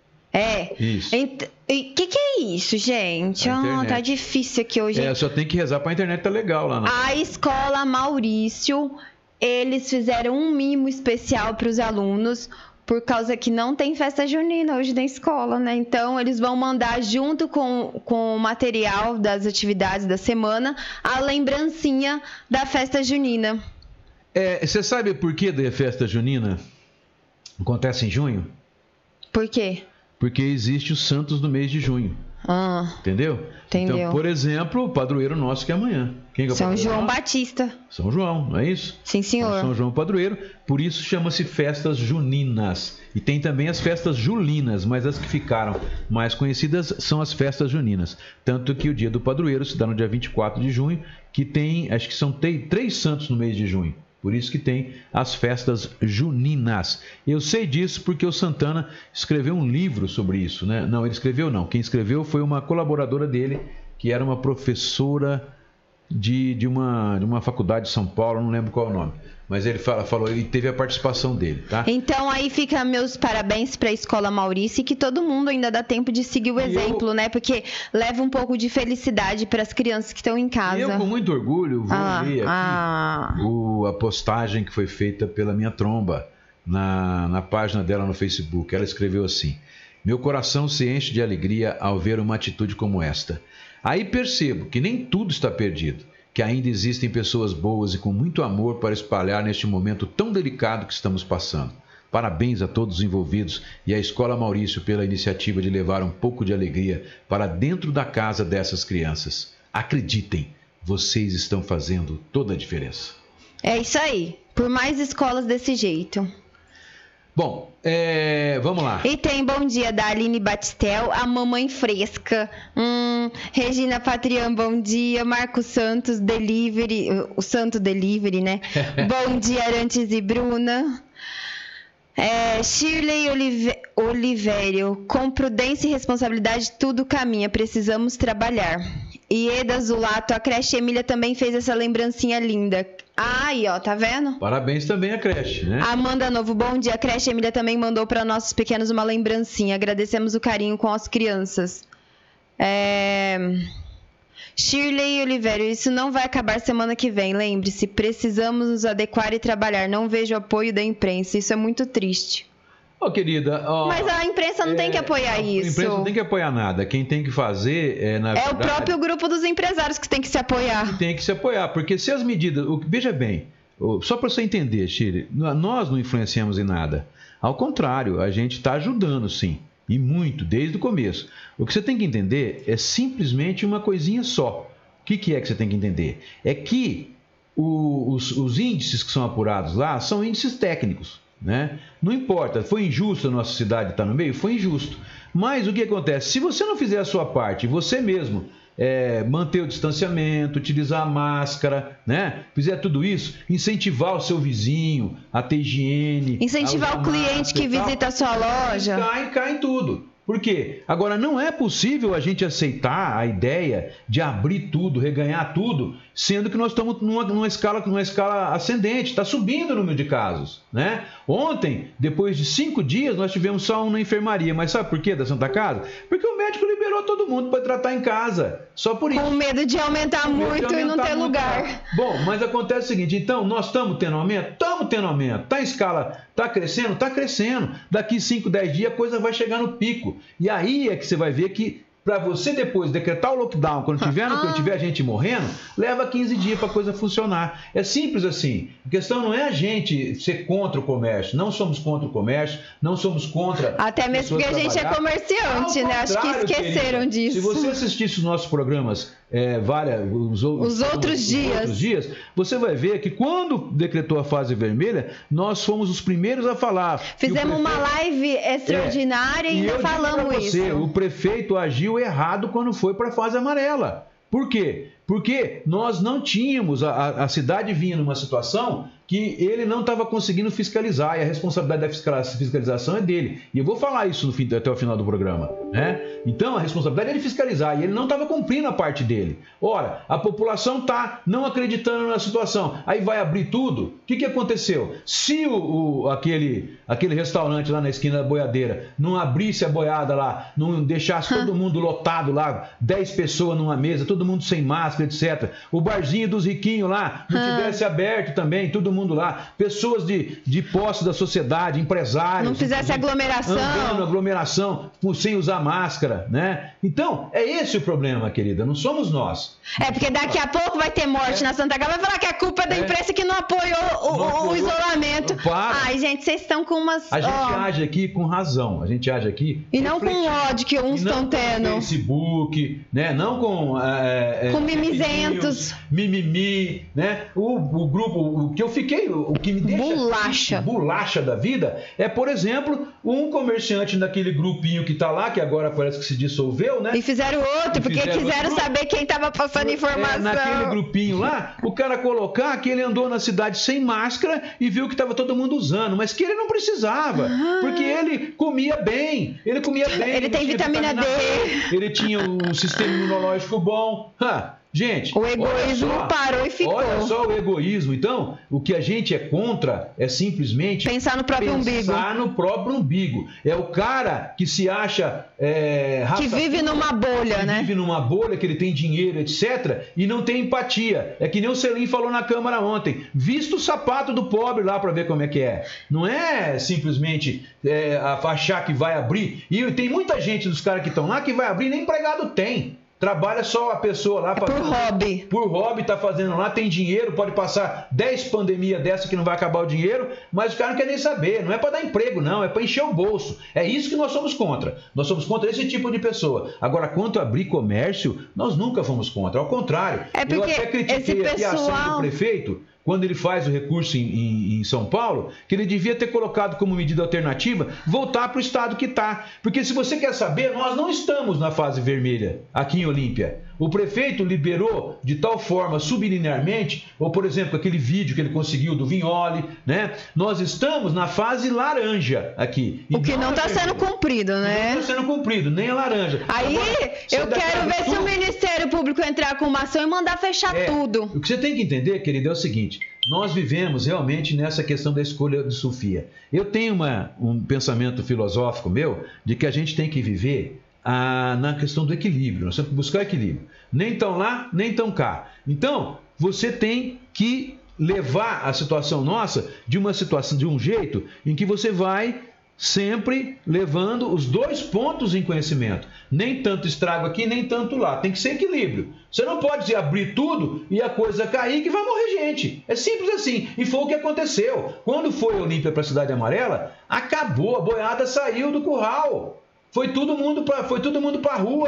S7: É.
S3: Isso.
S7: O que que é isso, gente? Ah, tá difícil aqui hoje.
S3: É, só tem que rezar pra internet, tá legal lá. Né?
S7: A Escola Maurício, eles fizeram um mimo especial pros alunos, por causa que não tem festa junina hoje na escola, né? Então, eles vão mandar junto com, com o material das atividades da semana a lembrancinha da festa junina.
S3: É, você sabe por que da festa junina acontece em junho?
S7: Por quê?
S3: Porque existe os santos no mês de junho.
S7: Ah,
S3: entendeu?
S7: Entendeu.
S3: Então, por exemplo, o padroeiro nosso que é amanhã. Quem que é o
S7: São João
S3: nosso?
S7: Batista.
S3: São João, não é isso?
S7: Sim, senhor.
S3: São João padroeiro, por isso chama-se festas juninas. E tem também as festas julinas, mas as que ficaram mais conhecidas são as festas juninas. Tanto que o dia do padroeiro se dá no dia vinte e quatro de junho, que tem, acho que são três santos no mês de junho. Por isso que tem as festas juninas. Eu sei disso porque o Santana escreveu um livro sobre isso, né? Não, ele escreveu não. Quem escreveu foi uma colaboradora dele, que era uma professora de, de, uma, de uma faculdade de São Paulo, não lembro qual é o nome. Mas ele fala, falou, ele teve a participação dele, tá?
S7: Então aí fica meus parabéns para a Escola Maurício, e que todo mundo ainda dá tempo de seguir o exemplo, eu... né? Porque leva um pouco de felicidade para as crianças que estão em casa.
S3: E eu, com muito orgulho, vou
S7: ah,
S3: ler aqui
S7: ah.
S3: o, a postagem que foi feita pela minha tromba na, na página dela no Facebook. Ela escreveu assim: meu coração se enche de alegria ao ver uma atitude como esta. Aí percebo que nem tudo está perdido, que ainda existem pessoas boas e com muito amor para espalhar neste momento tão delicado que estamos passando. Parabéns a todos os envolvidos e à Escola Maurício pela iniciativa de levar um pouco de alegria para dentro da casa dessas crianças. Acreditem, vocês estão fazendo toda a diferença.
S7: É isso aí. Por mais escolas desse jeito.
S3: Bom, é, vamos lá.
S7: E tem bom dia da Aline Batistel, a mamãe fresca. Hum, Regina Patrian, bom dia. Marcos Santos, Delivery, o Santo Delivery, né? Bom dia, Arantes e Bruna. É, Shirley Olive... Oliveira, com prudência e responsabilidade tudo caminha, precisamos trabalhar. E Eda Zulato, a creche Emília também fez essa lembrancinha linda. Aí, ó, tá vendo?
S3: Parabéns também à creche, né?
S7: Amanda Novo, bom dia. A creche Emília também mandou para nossos pequenos uma lembrancinha. Agradecemos o carinho com as crianças. É... Shirley Oliveira, isso não vai acabar semana que vem. Lembre-se, precisamos nos adequar e trabalhar. Não vejo apoio da imprensa. Isso é muito triste.
S3: Ô, oh, querida... Oh,
S7: mas a imprensa não é, tem que apoiar isso.
S3: A imprensa não tem que apoiar nada. Quem tem que fazer é, na
S7: É
S3: verdade,
S7: o próprio grupo dos empresários que tem que se apoiar.
S3: Que tem que se apoiar, porque se as medidas... Veja bem, só para você entender, Shirley, nós não influenciamos em nada. Ao contrário, a gente está ajudando, sim. E muito, desde o começo. O que você tem que entender é simplesmente uma coisinha só. O que, que é que você tem que entender? É que o, os, os índices que são apurados lá são índices técnicos. né? Não importa, foi injusto a nossa cidade estar no meio? Foi injusto. Mas o que acontece? Se você não fizer a sua parte, você mesmo é, manter o distanciamento, utilizar a máscara, né? Fizer tudo isso, incentivar o seu vizinho a ter higiene.
S7: Incentivar o cliente que visita a sua loja.
S3: Cai, cai em tudo. Por quê? Agora, não é possível a gente aceitar a ideia de abrir tudo, reganhar tudo, sendo que nós estamos numa, numa, escala, numa escala ascendente, está subindo o número de casos, né? Ontem, depois de cinco dias, nós tivemos só um na enfermaria. Mas sabe por quê da Santa Casa? Porque o médico liberou todo mundo para tratar em casa. Só por isso.
S7: Com medo de aumentar
S3: Com medo
S7: muito
S3: de aumentar
S7: e não ter
S3: muito.
S7: lugar.
S3: Bom, mas acontece o seguinte, então, nós estamos tendo aumento? Estamos tendo aumento. Está em escala, está crescendo? Está crescendo. Daqui cinco, dez dias a coisa vai chegar no pico. E aí é que você vai ver que para você depois decretar o lockdown, quando tiver, quando tiver gente morrendo, leva quinze dias para a coisa funcionar. É simples assim. A questão não é a gente ser contra o comércio. Não somos contra o comércio, não somos contra...
S7: Até mesmo porque a gente é comerciante, né? Acho que esqueceram
S3: querida,
S7: disso.
S3: Se você assistisse os nossos programas, é, várias, os,
S7: os, outros,
S3: os
S7: dias.
S3: outros dias, você vai ver que quando decretou a fase vermelha, nós fomos os primeiros a falar.
S7: Fizemos prefeito... uma live extraordinária é, e ainda falamos
S3: você,
S7: isso.
S3: O prefeito agiu errado quando foi para a fase amarela. Por quê? Porque nós não tínhamos, a, a cidade vinha numa situação que ele não estava conseguindo fiscalizar, e a responsabilidade da fiscalização é dele. E eu vou falar isso no fim, até o final do programa, né? Então, a responsabilidade é de fiscalizar, e ele não estava cumprindo a parte dele. Ora, a população está não acreditando na situação, aí vai abrir tudo. O que, que aconteceu? Se o, o, aquele, aquele restaurante lá na esquina da boiadeira não abrisse a boiada lá, não deixasse todo mundo lotado lá, dez pessoas numa mesa, todo mundo sem máscara, etcétera. O barzinho dos riquinhos lá não tivesse aberto também, todo mundo lá, pessoas de, de posse da sociedade, empresários.
S7: Não fizesse aglomeração.
S3: Andando, aglomeração, sem usar máscara, né? Então, é esse o problema, querida, não somos nós.
S7: É, porque daqui a pouco vai ter morte é. na Santa Casa, vai falar que a culpa é da é. imprensa que não apoiou o, não apoiou. o isolamento.
S3: Para.
S7: Ai, gente, vocês estão com umas...
S3: A gente oh. age aqui com razão, a gente age aqui...
S7: E não com ódio que uns estão tendo.
S3: Com Facebook, né? Não com... É,
S7: com mimizentos.
S3: Mimimi, né? O, o grupo, o que eu fiquei, o que me deixa...
S7: Bolacha.
S3: Bolacha da vida é, por exemplo, um comerciante daquele grupinho que tá lá, que agora parece que se dissolveu, né?
S7: E fizeram outro, e porque fizeram quiseram outro saber quem tava passando informação.
S3: É, naquele grupinho lá, o cara colocar que ele andou na cidade sem máscara e viu que tava todo mundo usando, mas que ele não precisava, ah. porque ele comia bem, ele comia bem.
S7: Ele, ele tem vitamina, vitamina D.
S3: D. Ele tinha um sistema imunológico bom. Ha. Gente,
S7: o egoísmo só, parou e ficou.
S3: Olha só o egoísmo. Então, o que a gente é contra é simplesmente
S7: pensar no próprio
S3: pensar
S7: umbigo.
S3: Pensar no próprio umbigo. É o cara que se acha é, raça,
S7: que vive numa bolha,
S3: que
S7: né?
S3: Vive numa bolha, que ele tem dinheiro, etcétera, e não tem empatia. É que nem o Celim falou na Câmara ontem. Vista o sapato do pobre lá para ver como é que é. Não é simplesmente é, achar que vai abrir. E tem muita gente dos caras que estão lá que vai abrir, nem empregado tem. Trabalha só a pessoa lá...
S7: É por hobby.
S3: Por hobby, tá fazendo lá, tem dinheiro, pode passar dez pandemias dessa que não vai acabar o dinheiro, mas o cara não quer nem saber. Não é para dar emprego, não, é para encher o bolso. É isso que nós somos contra. Nós somos contra esse tipo de pessoa. Agora, quanto a abrir comércio, nós nunca fomos contra. Ao contrário,
S7: é porque
S3: eu até critiquei aqui a ação do prefeito... quando ele faz o recurso em, em, em São Paulo, que ele devia ter colocado como medida alternativa voltar para o estado que está. Porque se você quer saber, nós não estamos na fase vermelha aqui em Olímpia. O prefeito liberou de tal forma, subliminarmente, ou por exemplo, aquele vídeo que ele conseguiu do Vignoli, né? Nós estamos na fase laranja aqui.
S7: O que não está sendo cumprido, né?
S3: Não está sendo cumprido, nem a laranja.
S7: Aí Agora, eu quero ver se o Ministério Público entrar com uma ação e mandar fechar
S3: é,
S7: tudo.
S3: O que você tem que entender, querido, é o seguinte: nós vivemos realmente nessa questão da escolha de Sofia. Eu tenho uma, um pensamento filosófico meu de que a gente tem que viver ah, na questão do equilíbrio. Nós temos que buscar equilíbrio. Nem tão lá, nem tão cá. Então, você tem que levar a situação nossa de uma situação, de um jeito em que você vai sempre levando os dois pontos em conhecimento. Nem tanto estrago aqui, nem tanto lá. Tem que ser equilíbrio. Você não pode abrir tudo e a coisa cair que vai morrer gente. É simples assim. E foi o que aconteceu. Quando foi a Olímpia para a Cidade Amarela, acabou. A boiada saiu do curral. Foi todo mundo para foi todo mundo para a rua.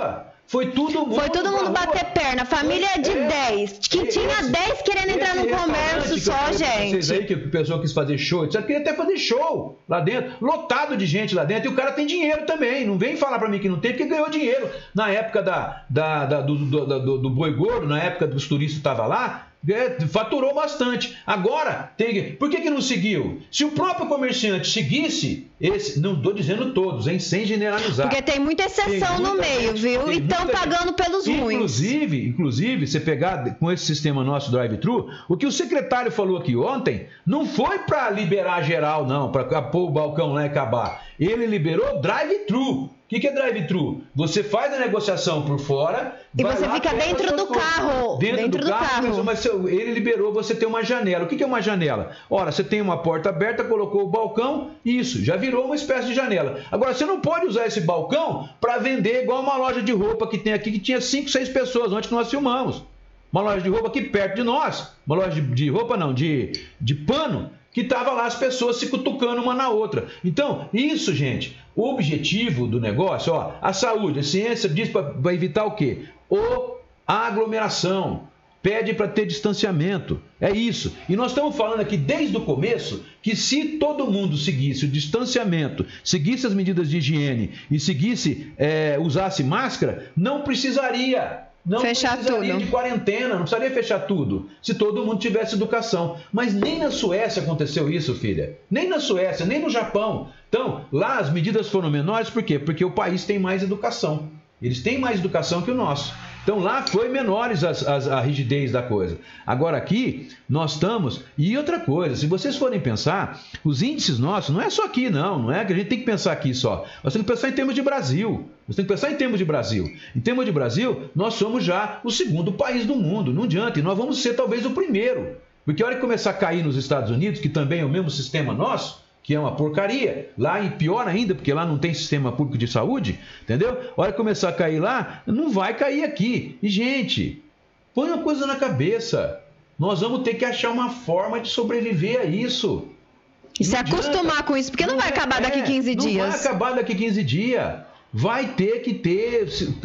S3: Foi todo mundo.
S7: Foi todo mundo bater perna. Família de é, dez. Que tinha esse, dez querendo entrar no comércio só, gente.
S3: Vocês aí que o pessoal quis fazer show, você queria até fazer show lá dentro, lotado de gente lá dentro, e o cara tem dinheiro também. Não vem falar pra mim que não tem, porque ganhou dinheiro. Na época da, da, da, do, do, do, do boi gordo, na época dos turistas que estavam lá, É, faturou bastante. Agora, tem... por que que não seguiu? Se o próprio comerciante seguisse, esse, não estou dizendo todos, hein, sem generalizar.
S7: Porque tem muita exceção tem muita no meio, gente, viu? E estão pagando pelos ruins.
S3: Inclusive, inclusive, você pegar com esse sistema nosso drive-thru, o que o secretário falou aqui ontem, não foi para liberar geral, não, para pôr o balcão lá e acabar. Ele liberou drive-thru. O que, que é drive-thru? Você faz a negociação por fora...
S7: E você lá, fica dentro do carro.
S3: Dentro, dentro do, do carro. carro. Mas ele liberou você ter uma janela. O que, que é uma janela? Ora, você tem uma porta aberta, colocou o balcão, isso, já virou uma espécie de janela. Agora, você não pode usar esse balcão para vender igual uma loja de roupa que tem aqui, que tinha cinco, seis pessoas antes que nós filmamos. Uma loja de roupa aqui perto de nós. Uma loja de, de roupa não, de, de pano, que tava lá as pessoas se cutucando uma na outra. Então, isso, gente, o objetivo do negócio, ó, a saúde, a ciência diz para evitar o quê? O a aglomeração, pede para ter distanciamento, é isso. E nós estamos falando aqui desde o começo que se todo mundo seguisse o distanciamento, seguisse as medidas de higiene e seguisse, é, usasse máscara, não precisaria... Não
S7: fechar
S3: precisaria
S7: tudo.
S3: de quarentena, não precisaria fechar tudo, se todo mundo tivesse educação. Mas nem na Suécia aconteceu isso, filha. Nem na Suécia, nem no Japão. Então, lá as medidas foram menores, por quê? Porque o país tem mais educação. Eles têm mais educação que o nosso. Então lá foi menores as, as, a rigidez da coisa. Agora aqui nós estamos... E outra coisa, se vocês forem pensar, os índices nossos, não é só aqui não, não é que a gente tem que pensar aqui só. Nós temos que pensar em termos de Brasil. Nós temos que pensar em termos de Brasil. Em termos de Brasil, nós somos já o segundo país do mundo. Não adianta, e nós vamos ser talvez o primeiro. Porque a hora que começar a cair nos Estados Unidos, que também é o mesmo sistema nosso, que é uma porcaria, lá e pior ainda, porque lá não tem sistema público de saúde, entendeu? A hora que começar a cair lá, não vai cair aqui. E, gente, põe uma coisa na cabeça, nós vamos ter que achar uma forma de sobreviver a isso.
S7: E se acostumar com isso, porque não, não vai acabar daqui quinze dias.
S3: Não vai acabar daqui quinze dias. Vai ter que ter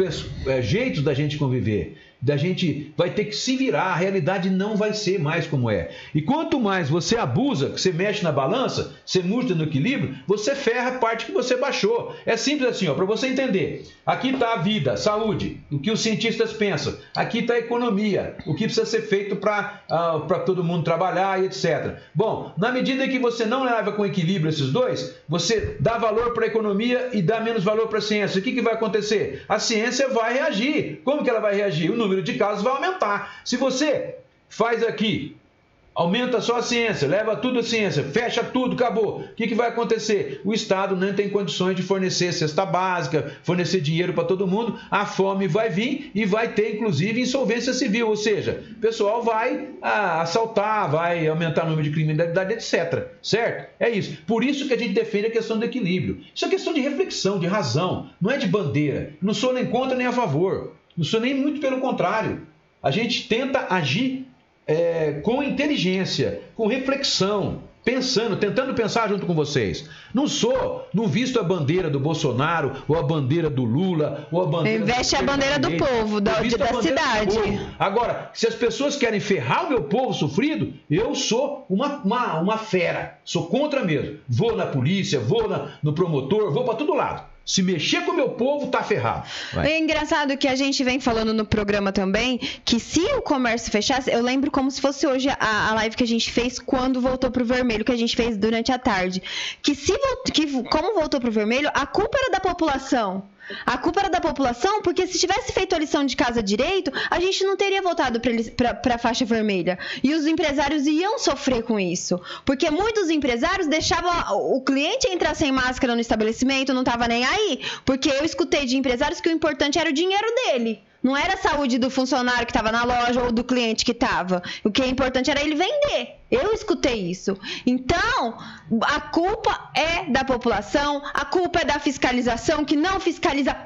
S3: é, jeitos da gente conviver. Da gente vai ter que se virar, a realidade não vai ser mais como é. E quanto mais você abusa, que você mexe na balança, você muda no equilíbrio, você ferra a parte que você baixou. É simples assim, ó, para você entender. Aqui está a vida, a saúde, o que os cientistas pensam. Aqui está a economia, o que precisa ser feito para uh, para todo mundo trabalhar e etcétera. Bom, na medida que você não leva com equilíbrio esses dois, você dá valor para a economia e dá menos valor para a ciência. O que, que vai acontecer? A ciência vai reagir. Como que ela vai reagir? O número de casos vai aumentar. Se você faz aqui, aumenta só a ciência, leva tudo a ciência, fecha tudo, acabou. O que, que vai acontecer? O Estado não tem condições de fornecer cesta básica, fornecer dinheiro para todo mundo, a fome vai vir e vai ter, inclusive, insolvência civil, ou seja, o pessoal vai ah, assaltar, vai aumentar o número de criminalidade, etcétera. Certo? É isso. Por isso que a gente defende a questão do equilíbrio. Isso é questão de reflexão, de razão, não é de bandeira. Não sou nem contra nem a favor. Não sou nem muito pelo contrário. A gente tenta agir é, com inteligência, com reflexão, pensando, tentando pensar junto com vocês. Não sou, não visto a bandeira do Bolsonaro, ou a bandeira do Lula, ou a bandeira...
S7: Investe a bandeira do povo, da, da cidade.
S3: Agora, se as pessoas querem ferrar o meu povo sofrido, eu sou uma, uma, uma fera. Sou contra mesmo. Vou na polícia, vou na, no promotor, vou para todo lado. Se mexer com o meu povo, tá ferrado. Vai.
S7: É engraçado que a gente vem falando no programa também, que se o comércio fechasse, eu lembro como se fosse hoje a, a live que a gente fez quando voltou pro vermelho, que a gente fez durante a tarde. Que, se, que como voltou pro vermelho, a culpa era da população. A culpa era da população, porque se tivesse feito a lição de casa direito, a gente não teria voltado para a faixa vermelha. E os empresários iam sofrer com isso. Porque muitos empresários deixavam o cliente entrar sem máscara no estabelecimento, não estava nem aí. Porque eu escutei de empresários que o importante era o dinheiro dele. Não era a saúde do funcionário que estava na loja ou do cliente que estava. O que é importante era ele vender. Eu escutei isso. Então, a culpa é da população, a culpa é da fiscalização, que não fiscaliza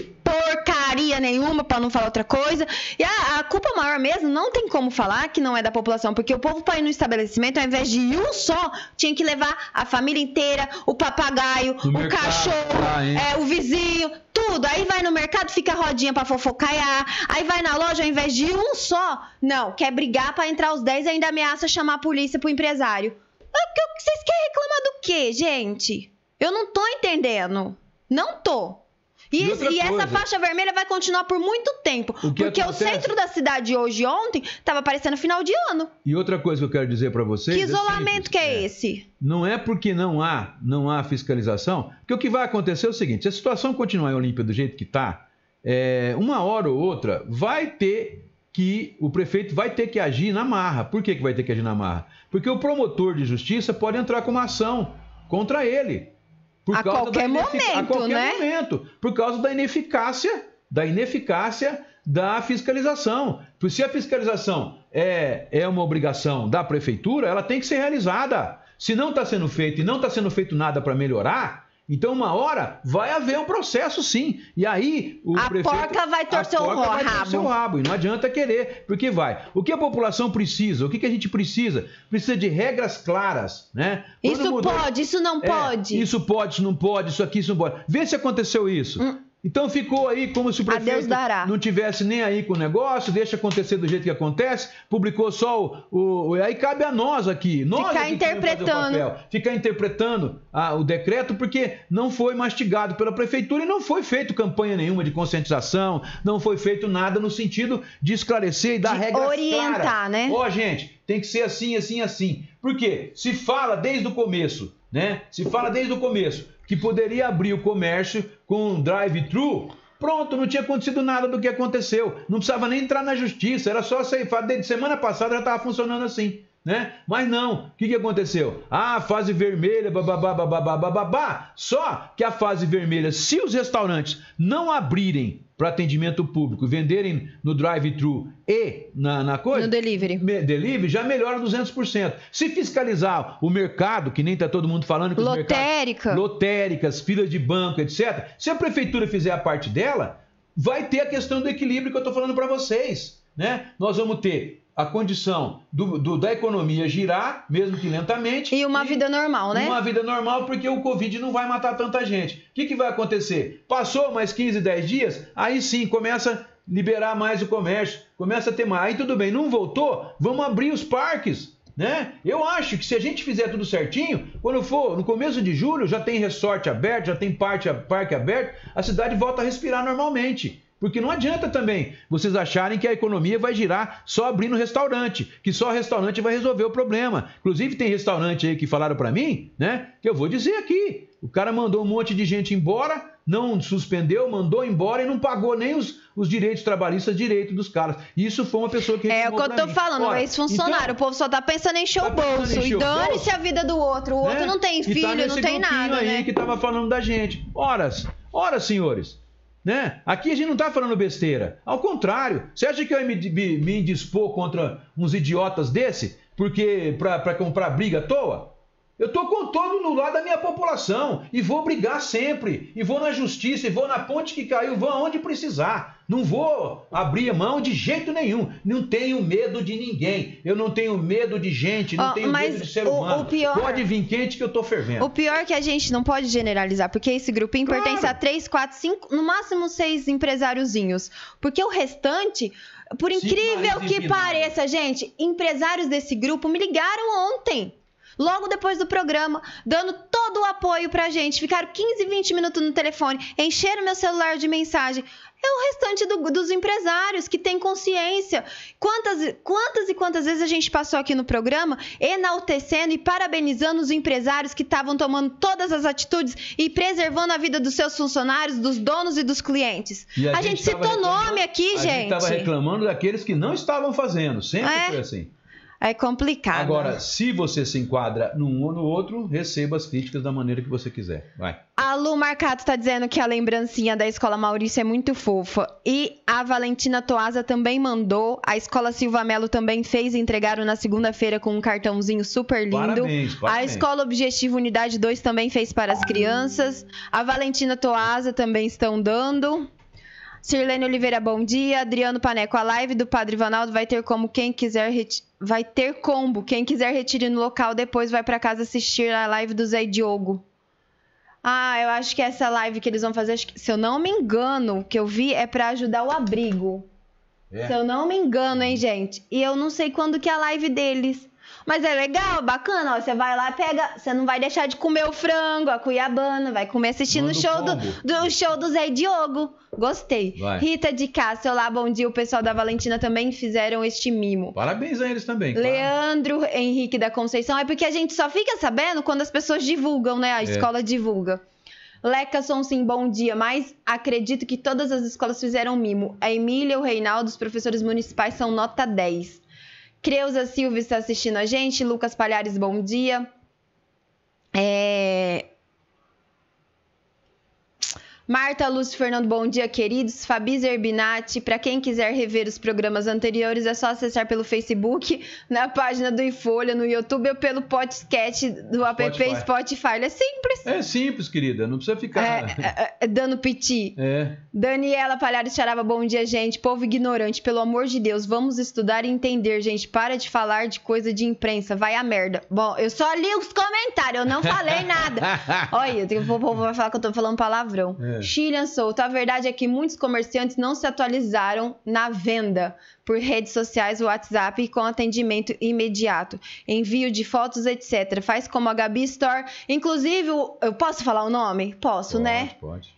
S7: porcaria nenhuma, para não falar outra coisa. E a, a culpa maior mesmo, não tem como falar que não é da população, porque o povo para ir no estabelecimento, ao invés de ir um só, tinha que levar a família inteira, o papagaio, o, o mercado, cachorro, ah, é, o vizinho, tudo. tudo. Aí vai no mercado, fica rodinha pra fofocaiar. Aí vai na loja, ao invés de um só, não, quer brigar pra entrar os dez e ainda ameaça chamar a polícia pro empresário. Vocês querem reclamar do quê, gente? Eu não tô entendendo. Não tô. E, e, e essa faixa vermelha vai continuar por muito tempo. O porque acontece... o centro da cidade hoje, ontem, estava parecendo final de ano.
S3: E outra coisa que eu quero dizer para vocês...
S7: Que isolamento é que é, é esse?
S3: Não é porque não há, não há fiscalização, porque o que vai acontecer é o seguinte, se a situação continuar em Olímpia do jeito que está, é, uma hora ou outra vai ter que... O prefeito vai ter que agir na marra. Por que, que vai ter que agir na marra? Porque o promotor de justiça pode entrar com uma ação contra ele. Por
S7: a
S3: causa
S7: qualquer
S3: da inefic...
S7: momento,
S3: a qualquer
S7: né?
S3: momento, por causa da ineficácia, da ineficácia da fiscalização. Porque se a fiscalização é, é uma obrigação da prefeitura, ela tem que ser realizada. Se não está sendo feito e não está sendo feito nada para melhorar, então uma hora vai haver um processo sim. E aí o
S7: a
S3: prefeito...
S7: porca vai torcer
S3: a
S7: o
S3: porca vai
S7: rabo.
S3: torcer o rabo. E não adianta querer, porque vai. O que a população precisa? O que, que a gente precisa? Precisa de regras claras, né? Quando
S7: isso
S3: mudou...
S7: pode, isso não
S3: é,
S7: pode.
S3: Isso pode, isso não pode, isso aqui, isso não pode. Vê se aconteceu isso. Hum. Então ficou aí como se o prefeito não tivesse nem aí com o negócio, deixa acontecer do jeito que acontece, publicou só o... o aí cabe a nós aqui, nós
S7: ficar
S3: aqui
S7: interpretando.
S3: o papel, ficar interpretando a, o decreto, porque não foi mastigado pela prefeitura e não foi feito campanha nenhuma de conscientização, não foi feito nada no sentido de esclarecer e dar
S7: de
S3: regras
S7: orientar,
S3: claras.
S7: Né?
S3: Ó, gente, tem que ser assim, assim, assim. Por quê? Se fala desde o começo, né? Se fala desde o começo que poderia abrir o comércio com um drive-thru, pronto, não tinha acontecido nada do que aconteceu. Não precisava nem entrar na justiça, era só ceifar. Desde semana passada já estava funcionando assim, né? Mas não, o que, que aconteceu? Ah, fase vermelha, bababá, bababá, bababá. Só que a fase vermelha, se os restaurantes não abrirem para atendimento público, venderem no drive-thru e na, na coisa...
S7: No delivery.
S3: Me, delivery, já melhora duzentos por cento. Se fiscalizar o mercado, que nem está todo mundo falando... Que
S7: Lotérica.
S3: Os mercados, lotéricas, filas de banco, etcétera. Se a prefeitura fizer a parte dela, vai ter a questão do equilíbrio que eu estou falando para vocês, né? Nós vamos ter a condição do, do, da economia girar, mesmo que lentamente.
S7: E uma e vida normal, né?
S3: Uma vida normal, porque o Covid não vai matar tanta gente. O que, que vai acontecer? Passou mais quinze, dez dias, aí sim, começa a liberar mais o comércio, começa a ter mais. Aí tudo bem, não voltou? Vamos abrir os parques, né? Eu acho que se a gente fizer tudo certinho, quando for no começo de julho, já tem resort aberto, já tem parte, parque aberto, a cidade volta a respirar normalmente. Porque não adianta também vocês acharem que a economia vai girar só abrindo restaurante, que só restaurante vai resolver o problema. Inclusive tem restaurante aí que falaram para mim, né? Que eu vou dizer aqui. O cara mandou um monte de gente embora, não suspendeu, mandou embora e não pagou nem os, os direitos trabalhistas, direito dos caras. Isso foi uma pessoa que...
S7: É o que eu tô falando, Ora, ex-funcionário. Então, o povo só tá pensando em encher tá o bolso. E dane-se a vida do outro. O né? outro não tem filho, tá não tem nada,
S3: aí
S7: né?
S3: que tava falando da gente. Horas, horas, senhores. Né? Aqui a gente não está falando besteira. Ao contrário, você acha que eu ia me, me, me indispor contra uns idiotas desse porque para comprar briga à toa? Eu estou com todo no lado da minha população e vou brigar sempre. E vou na justiça, e vou na ponte que caiu, vou aonde precisar. Não vou abrir a mão de jeito nenhum. Não tenho medo de ninguém. Eu não tenho medo de gente, não oh, tenho medo de ser humano. O, o pior... Pode vir quente que eu estou fervendo.
S7: O pior é que a gente não pode generalizar, porque esse grupinho claro. pertence a três, quatro, cinco, no máximo seis empresáriozinhos. Porque o restante, por incrível que pareça, gente, empresários desse grupo me ligaram ontem. Logo depois do programa, dando todo o apoio pra gente. Ficaram quinze, vinte minutos no telefone, encheram meu celular de mensagem. É o restante do, dos empresários que têm consciência. Quantas, quantas e quantas vezes a gente passou aqui no programa enaltecendo e parabenizando os empresários que estavam tomando todas as atitudes e preservando a vida dos seus funcionários, dos donos e dos clientes.
S3: E a,
S7: a gente, gente citou nome aqui,
S3: a
S7: gente. A
S3: gente estava reclamando daqueles que não estavam fazendo. Sempre é. foi assim.
S7: É complicado.
S3: Agora, se você se enquadra num ou no outro, receba as críticas da maneira que você quiser. Vai.
S7: A Lu Marcato está dizendo que a lembrancinha da Escola Maurício é muito fofa. E a Valentina Toasa também mandou. A Escola Silva Melo também fez e entregaram na segunda-feira com um cartãozinho super lindo.
S3: Parabéns, parabéns.
S7: A Escola Objetivo Unidade dois também fez para as crianças. A Valentina Toasa também estão dando. Sirlene Oliveira, bom dia. Adriano Paneco, a live do Padre Ivanaldo vai ter como quem quiser reti... vai ter combo. Quem quiser retire no local, depois vai para casa assistir a live do Zé Diogo. Ah, eu acho que essa live que eles vão fazer, acho que, se eu não me engano, que eu vi, é pra ajudar o abrigo. É. Se eu não me engano, hein, gente? E eu não sei quando que é a live deles. Mas é legal, bacana, ó. Você vai lá, pega... Você não vai deixar de comer o frango, a cuiabana, vai comer assistindo o show do, do, show do Zé e Diogo. Gostei. Vai. Rita de Cássia, olá, bom dia. O pessoal da Valentina também fizeram este mimo.
S3: Parabéns a eles também.
S7: Leandro claro. Henrique da Conceição. É porque a gente só fica sabendo quando as pessoas divulgam, né? A é. escola divulga. Leca Sonsim, bom dia. Mas acredito que todas as escolas fizeram mimo. A Emília e o Reinaldo, os professores municipais, são nota dez. Creuza Silva está assistindo a gente. Lucas Palhares, bom dia. É... Marta Lúcio Fernando, bom dia, queridos. Fabi Zerbinati, para quem quiser rever os programas anteriores, é só acessar pelo Facebook, na página do iFolha, no YouTube ou pelo podcast do app Spotify. Spotify. É simples.
S3: É simples, querida, não precisa ficar...
S7: É, é, dando piti.
S3: É.
S7: Daniela Palhares Charava, bom dia, gente. Povo ignorante, pelo amor de Deus, vamos estudar e entender, gente. Para de falar de coisa de imprensa, vai a merda. Bom, eu só li os comentários, eu não falei nada. Olha, o povo vai falar que eu tô falando palavrão. É. Chilian Souto, a verdade é que muitos comerciantes não se atualizaram na venda por redes sociais, WhatsApp com atendimento imediato, envio de fotos, etcétera. Faz como a Gabi Store. Inclusive, eu posso falar o nome? Posso,
S3: pode,
S7: né?
S3: Pode.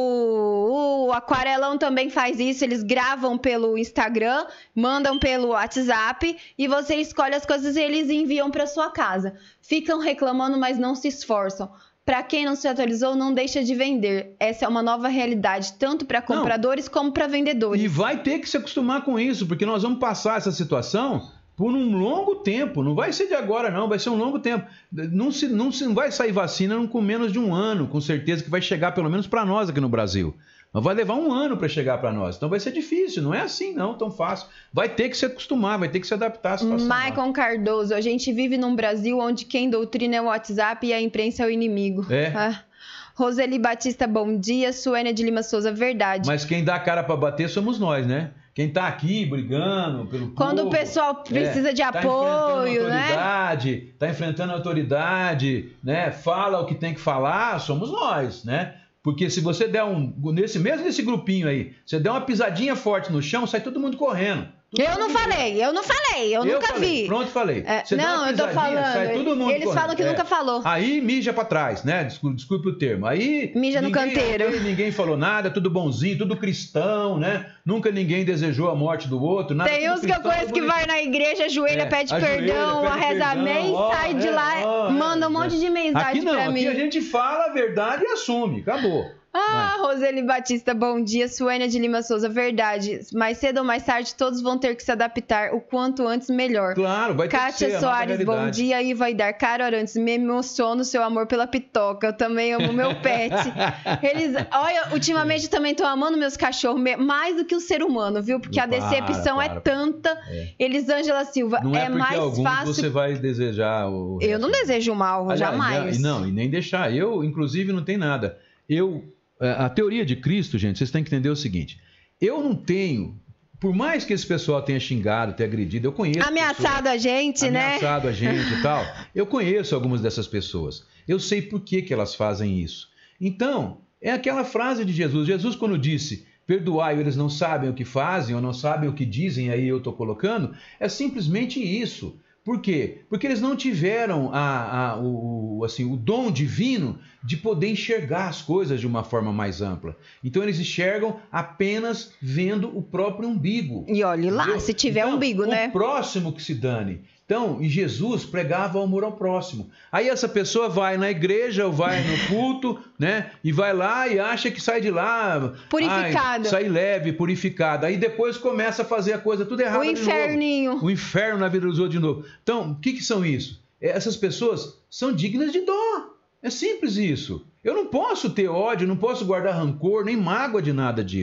S7: O, o Aquarelão também faz isso, eles gravam pelo Instagram, mandam pelo WhatsApp e você escolhe as coisas e eles enviam para sua casa. Ficam reclamando, mas não se esforçam. Para quem não se atualizou, não deixa de vender. Essa é uma nova realidade, tanto para compradores não. como para vendedores.
S3: E vai ter que se acostumar com isso, porque nós vamos passar essa situação por um longo tempo. Não vai ser de agora, não. Vai ser um longo tempo. Não, se, não, se, não vai sair vacina com menos de um ano, com certeza que vai chegar pelo menos para nós aqui no Brasil. Mas vai levar um ano para chegar para nós. Então vai ser difícil. Não é assim, não, tão fácil. Vai ter que se acostumar, vai ter que se adaptar à situação.
S7: Maicon Cardoso, a gente vive num Brasil onde quem doutrina é o WhatsApp e a imprensa é o inimigo.
S3: É.
S7: Ah. Roseli Batista, bom dia. Suênia de Lima Souza, verdade.
S3: Mas quem dá a cara para bater somos nós, né? Quem tá aqui brigando pelo povo...
S7: Quando o pessoal precisa é, de apoio,
S3: tá autoridade,
S7: né?
S3: Tá enfrentando a autoridade, né? Fala o que tem que falar, somos nós, né? Porque se você der um... Nesse, mesmo nesse grupinho aí, você der uma pisadinha forte no chão, sai todo mundo correndo. Tudo
S7: eu não falei, eu não falei, eu, eu nunca
S3: falei,
S7: vi.
S3: Pronto, falei.
S7: É, não, eu tô falando.
S3: Sai todo mundo
S7: eles
S3: correndo.
S7: falam que
S3: é.
S7: nunca falou.
S3: Aí mija pra trás, né? Desculpe, desculpe o termo. Aí
S7: mija no
S3: ninguém,
S7: canteiro.
S3: Aí, ninguém falou nada, tudo bonzinho, tudo cristão, né? Nunca ninguém desejou a morte do outro. Nada,
S7: tem uns que eu conheço que vai na igreja, ajoelha,
S3: é,
S7: pede
S3: ajoelha,
S7: perdão,
S3: pede
S7: reza amém,
S3: ó,
S7: sai de
S3: é,
S7: lá,
S3: ó,
S7: manda um
S3: é,
S7: monte de mensagem
S3: aqui não,
S7: pra
S3: aqui
S7: mim.
S3: A gente fala a verdade e assume, acabou.
S7: Ah, vai. Roseli Batista, bom dia. Suênia de Lima Souza, verdade. Mais cedo ou mais tarde, todos vão ter que se adaptar. O quanto antes, melhor.
S3: Claro, vai ter
S7: Kátia
S3: que ser
S7: Soares, bom dia. E vai dar Caro Arantes, me emociona o seu amor pela pitoca. Eu também amo meu pet. Eles, olha, ultimamente eu também tô amando meus cachorros mais do que o ser humano, viu? Porque a decepção para, para, é tanta. É. Elisângela Silva,
S3: não é,
S7: é mais fácil.
S3: Você vai desejar o.
S7: Eu não desejo mal, aliás, jamais.
S3: Não, não, e nem deixar. Eu, inclusive, não tem nada. Eu. A teoria de Cristo, gente, vocês têm que entender o seguinte. Eu não tenho, por mais que esse pessoal tenha xingado, tenha agredido, eu conheço...
S7: Ameaçado
S3: pessoas,
S7: a gente,
S3: ameaçado
S7: né?
S3: Ameaçado a gente e tal. Eu conheço algumas dessas pessoas. Eu sei por que, que elas fazem isso. Então, é aquela frase de Jesus. Jesus, quando disse, perdoai, eles não sabem o que fazem ou não sabem o que dizem, aí eu estou colocando, é simplesmente isso. Por quê? Porque eles não tiveram a, a, o, assim, o dom divino de poder enxergar as coisas de uma forma mais ampla. Então eles enxergam apenas vendo o próprio umbigo.
S7: E olhe lá, entendeu? Se tiver
S3: então,
S7: umbigo,
S3: o
S7: né?
S3: O próximo que se dane. Então, e Jesus pregava o amor ao próximo. Aí essa pessoa vai na igreja ou vai no culto, né? E vai lá e acha que sai de lá...
S7: Purificado.
S3: Ai, sai leve, purificado. Aí depois começa a fazer a coisa tudo errada
S7: o inferninho.
S3: de novo. O inferno na vida dos outros de novo. Então, o que, que são isso? Essas pessoas são dignas de dó. É simples isso. Eu não posso ter ódio, não posso guardar rancor, nem mágoa de nada disso.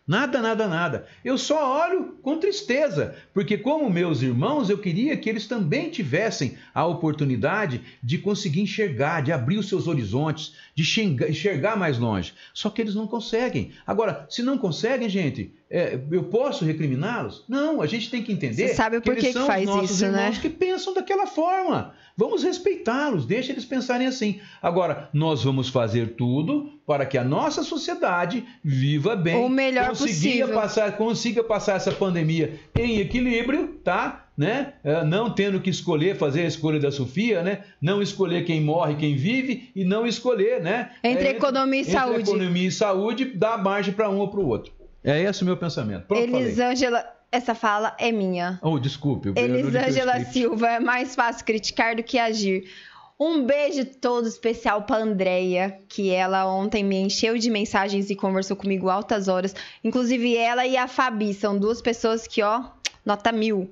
S3: Nada, nada, nada. Eu só olho com tristeza, porque como meus irmãos, eu queria que eles também tivessem a oportunidade de conseguir enxergar, de abrir os seus horizontes, de enxergar mais longe. Só que eles não conseguem. Agora, se não conseguem, gente, é, eu posso recriminá-los? Não, a gente tem que entender.
S7: Você sabe por
S3: que
S7: que
S3: eles são
S7: que faz
S3: os nossos
S7: isso,
S3: irmãos,
S7: né?
S3: que pensam daquela forma. Vamos respeitá-los, deixa eles pensarem assim. Agora, nós vamos fazer tudo para que a nossa sociedade viva bem,
S7: o melhor
S3: consiga
S7: possível.
S3: passar, consiga passar essa pandemia em equilíbrio, tá? Né? É, não tendo que escolher, fazer a escolha da Sofia, né? Não escolher quem morre, quem vive, e não escolher, né?
S7: Entre
S3: é,
S7: economia e
S3: entre
S7: saúde.
S3: economia e saúde, dá margem para um ou para o outro. É esse o meu pensamento. Pronto,
S7: Elisângela, essa fala é minha.
S3: Oh, desculpe. eu- eu li teu
S7: Elisângela
S3: script.
S7: Silva, é mais fácil criticar do que agir. Um beijo todo especial pra Andréia, que ela ontem me encheu de mensagens e conversou comigo altas horas. Inclusive ela e a Fabi, são duas pessoas que, ó, nota mil.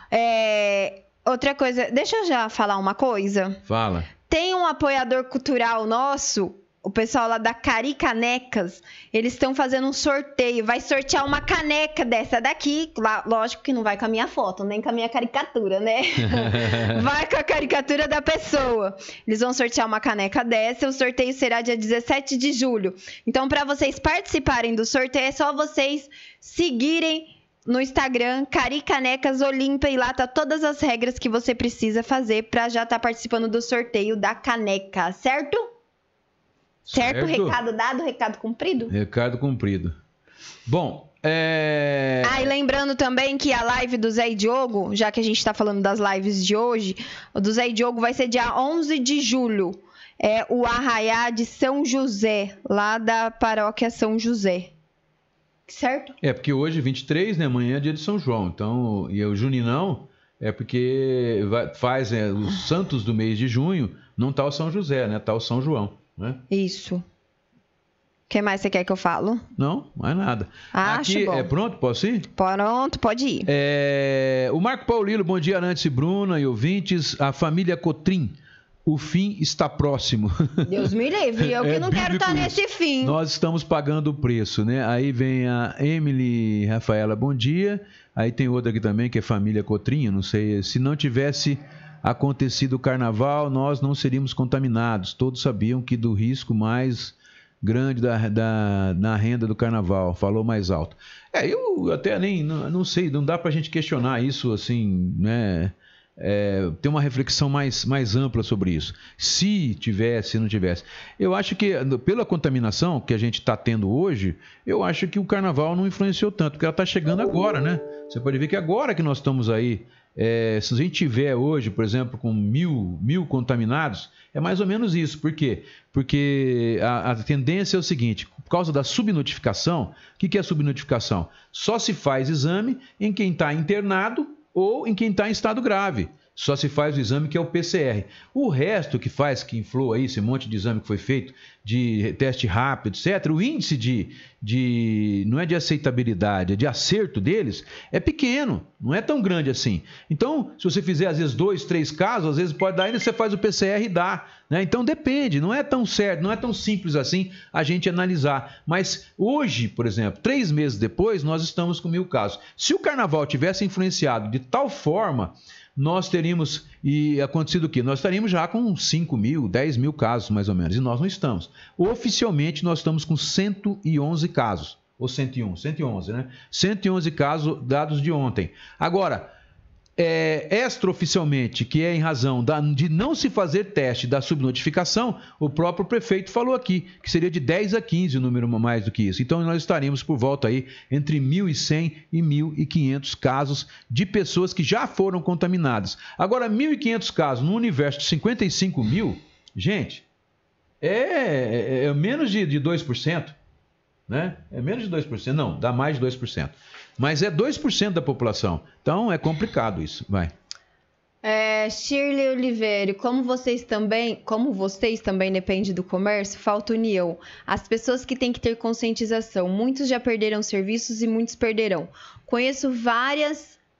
S7: É, outra coisa, deixa eu já falar uma coisa.
S3: Fala.
S7: Tem um apoiador cultural nosso, o pessoal lá da Cari Canecas, eles estão fazendo um sorteio. Vai sortear uma caneca dessa daqui. Lá, lógico que não vai com a minha foto, nem com a minha caricatura, né? Vai com a caricatura da pessoa. Eles vão sortear uma caneca dessa. O sorteio será dia dezessete de julho. Então, para vocês participarem do sorteio, é só vocês seguirem no Instagram, Cari Canecas Olímpia, e lá tá todas as regras que você precisa fazer para já estar participando do sorteio da caneca, certo? Certo?
S3: Certo.
S7: Recado dado, recado cumprido?
S3: Recado cumprido. Bom, é...
S7: Ah, e lembrando também que a live do Zé e Diogo, já que a gente tá falando das lives de hoje, o do Zé e Diogo vai ser dia onze de julho. É o Arraiá de São José, lá da paróquia São José. Certo?
S3: É, porque hoje, vinte e três, né? Amanhã é dia de São João. Então, e o Juninão é porque vai, faz é, os santos do mês de junho, não tá o São José, né? Tá o São João, né?
S7: Isso. O que mais você quer que eu falo?
S3: Não, mais nada.
S7: Acho
S3: Aqui,
S7: bom.
S3: é pronto? Posso ir?
S7: Pronto, pode ir.
S3: É, o Marco Paulino, bom dia, Arantes e Bruna e ouvintes. A família Cotrim, o fim está próximo.
S7: Deus me livre, eu que
S3: É
S7: não quero
S3: bíblico
S7: estar
S3: isso.
S7: nesse fim.
S3: Nós estamos pagando o preço, né? Aí vem a Emily Rafaela, bom dia. Aí tem outra aqui também, que é família Cotrim, não sei. Se não tivesse acontecido o carnaval, nós não seríamos contaminados. Todos sabiam que do risco mais grande da, da, na renda do carnaval, falou mais alto. É, eu até nem, não, não sei, não dá pra gente questionar isso assim, né? É, ter uma reflexão mais, mais ampla sobre isso. Se tivesse, se não tivesse. Eu acho que, pela contaminação que a gente está tendo hoje, eu acho que o carnaval não influenciou tanto, porque ela está chegando agora, né? Você pode ver que agora que nós estamos aí, é, se a gente tiver hoje, por exemplo, com mil, mil contaminados, é mais ou menos isso. Por quê? Porque a, a tendência é o seguinte, por causa da subnotificação, o que, que é subnotificação? Só se faz exame em quem está internado ou em quem está em estado grave. Só se faz o exame que é o P C R. O resto que faz, que inflou aí, esse monte de exame que foi feito, de teste rápido, etcétera, o índice de, de, não é de aceitabilidade, é de acerto deles, é pequeno, não é tão grande assim. Então, se você fizer às vezes dois, três casos, às vezes pode dar, ainda você faz o P C R e dá. Né? Então depende, não é tão certo, não é tão simples assim a gente analisar. Mas hoje, por exemplo, três meses depois, nós estamos com mil casos. Se o carnaval tivesse influenciado de tal forma, nós teríamos, e acontecido o quê? Nós estaríamos já com cinco mil, dez mil casos mais ou menos, e nós não estamos. Oficialmente nós estamos com cento e onze casos, ou cento e um, cento e onze, né? cento e onze casos dados de ontem. Agora, é, extraoficialmente, que é em razão da, de não se fazer teste da subnotificação, o próprio prefeito falou aqui, que seria de dez a quinze o número mais do que isso. Então nós estaríamos por volta aí entre mil e cem e mil e quinhentos casos de pessoas que já foram contaminadas. Agora, mil e quinhentos casos no universo de cinquenta e cinco mil, gente, é, é, é menos de, de dois por cento. Né? É menos de dois por cento, não, dá mais de dois por cento. Mas é dois por cento da população. Então é complicado isso. Vai.
S7: É, Shirley Oliveira, como vocês também, como vocês também dependem do comércio, falta união. As pessoas que têm que ter conscientização. Muitos já perderam serviços e muitos perderão. Conheço várias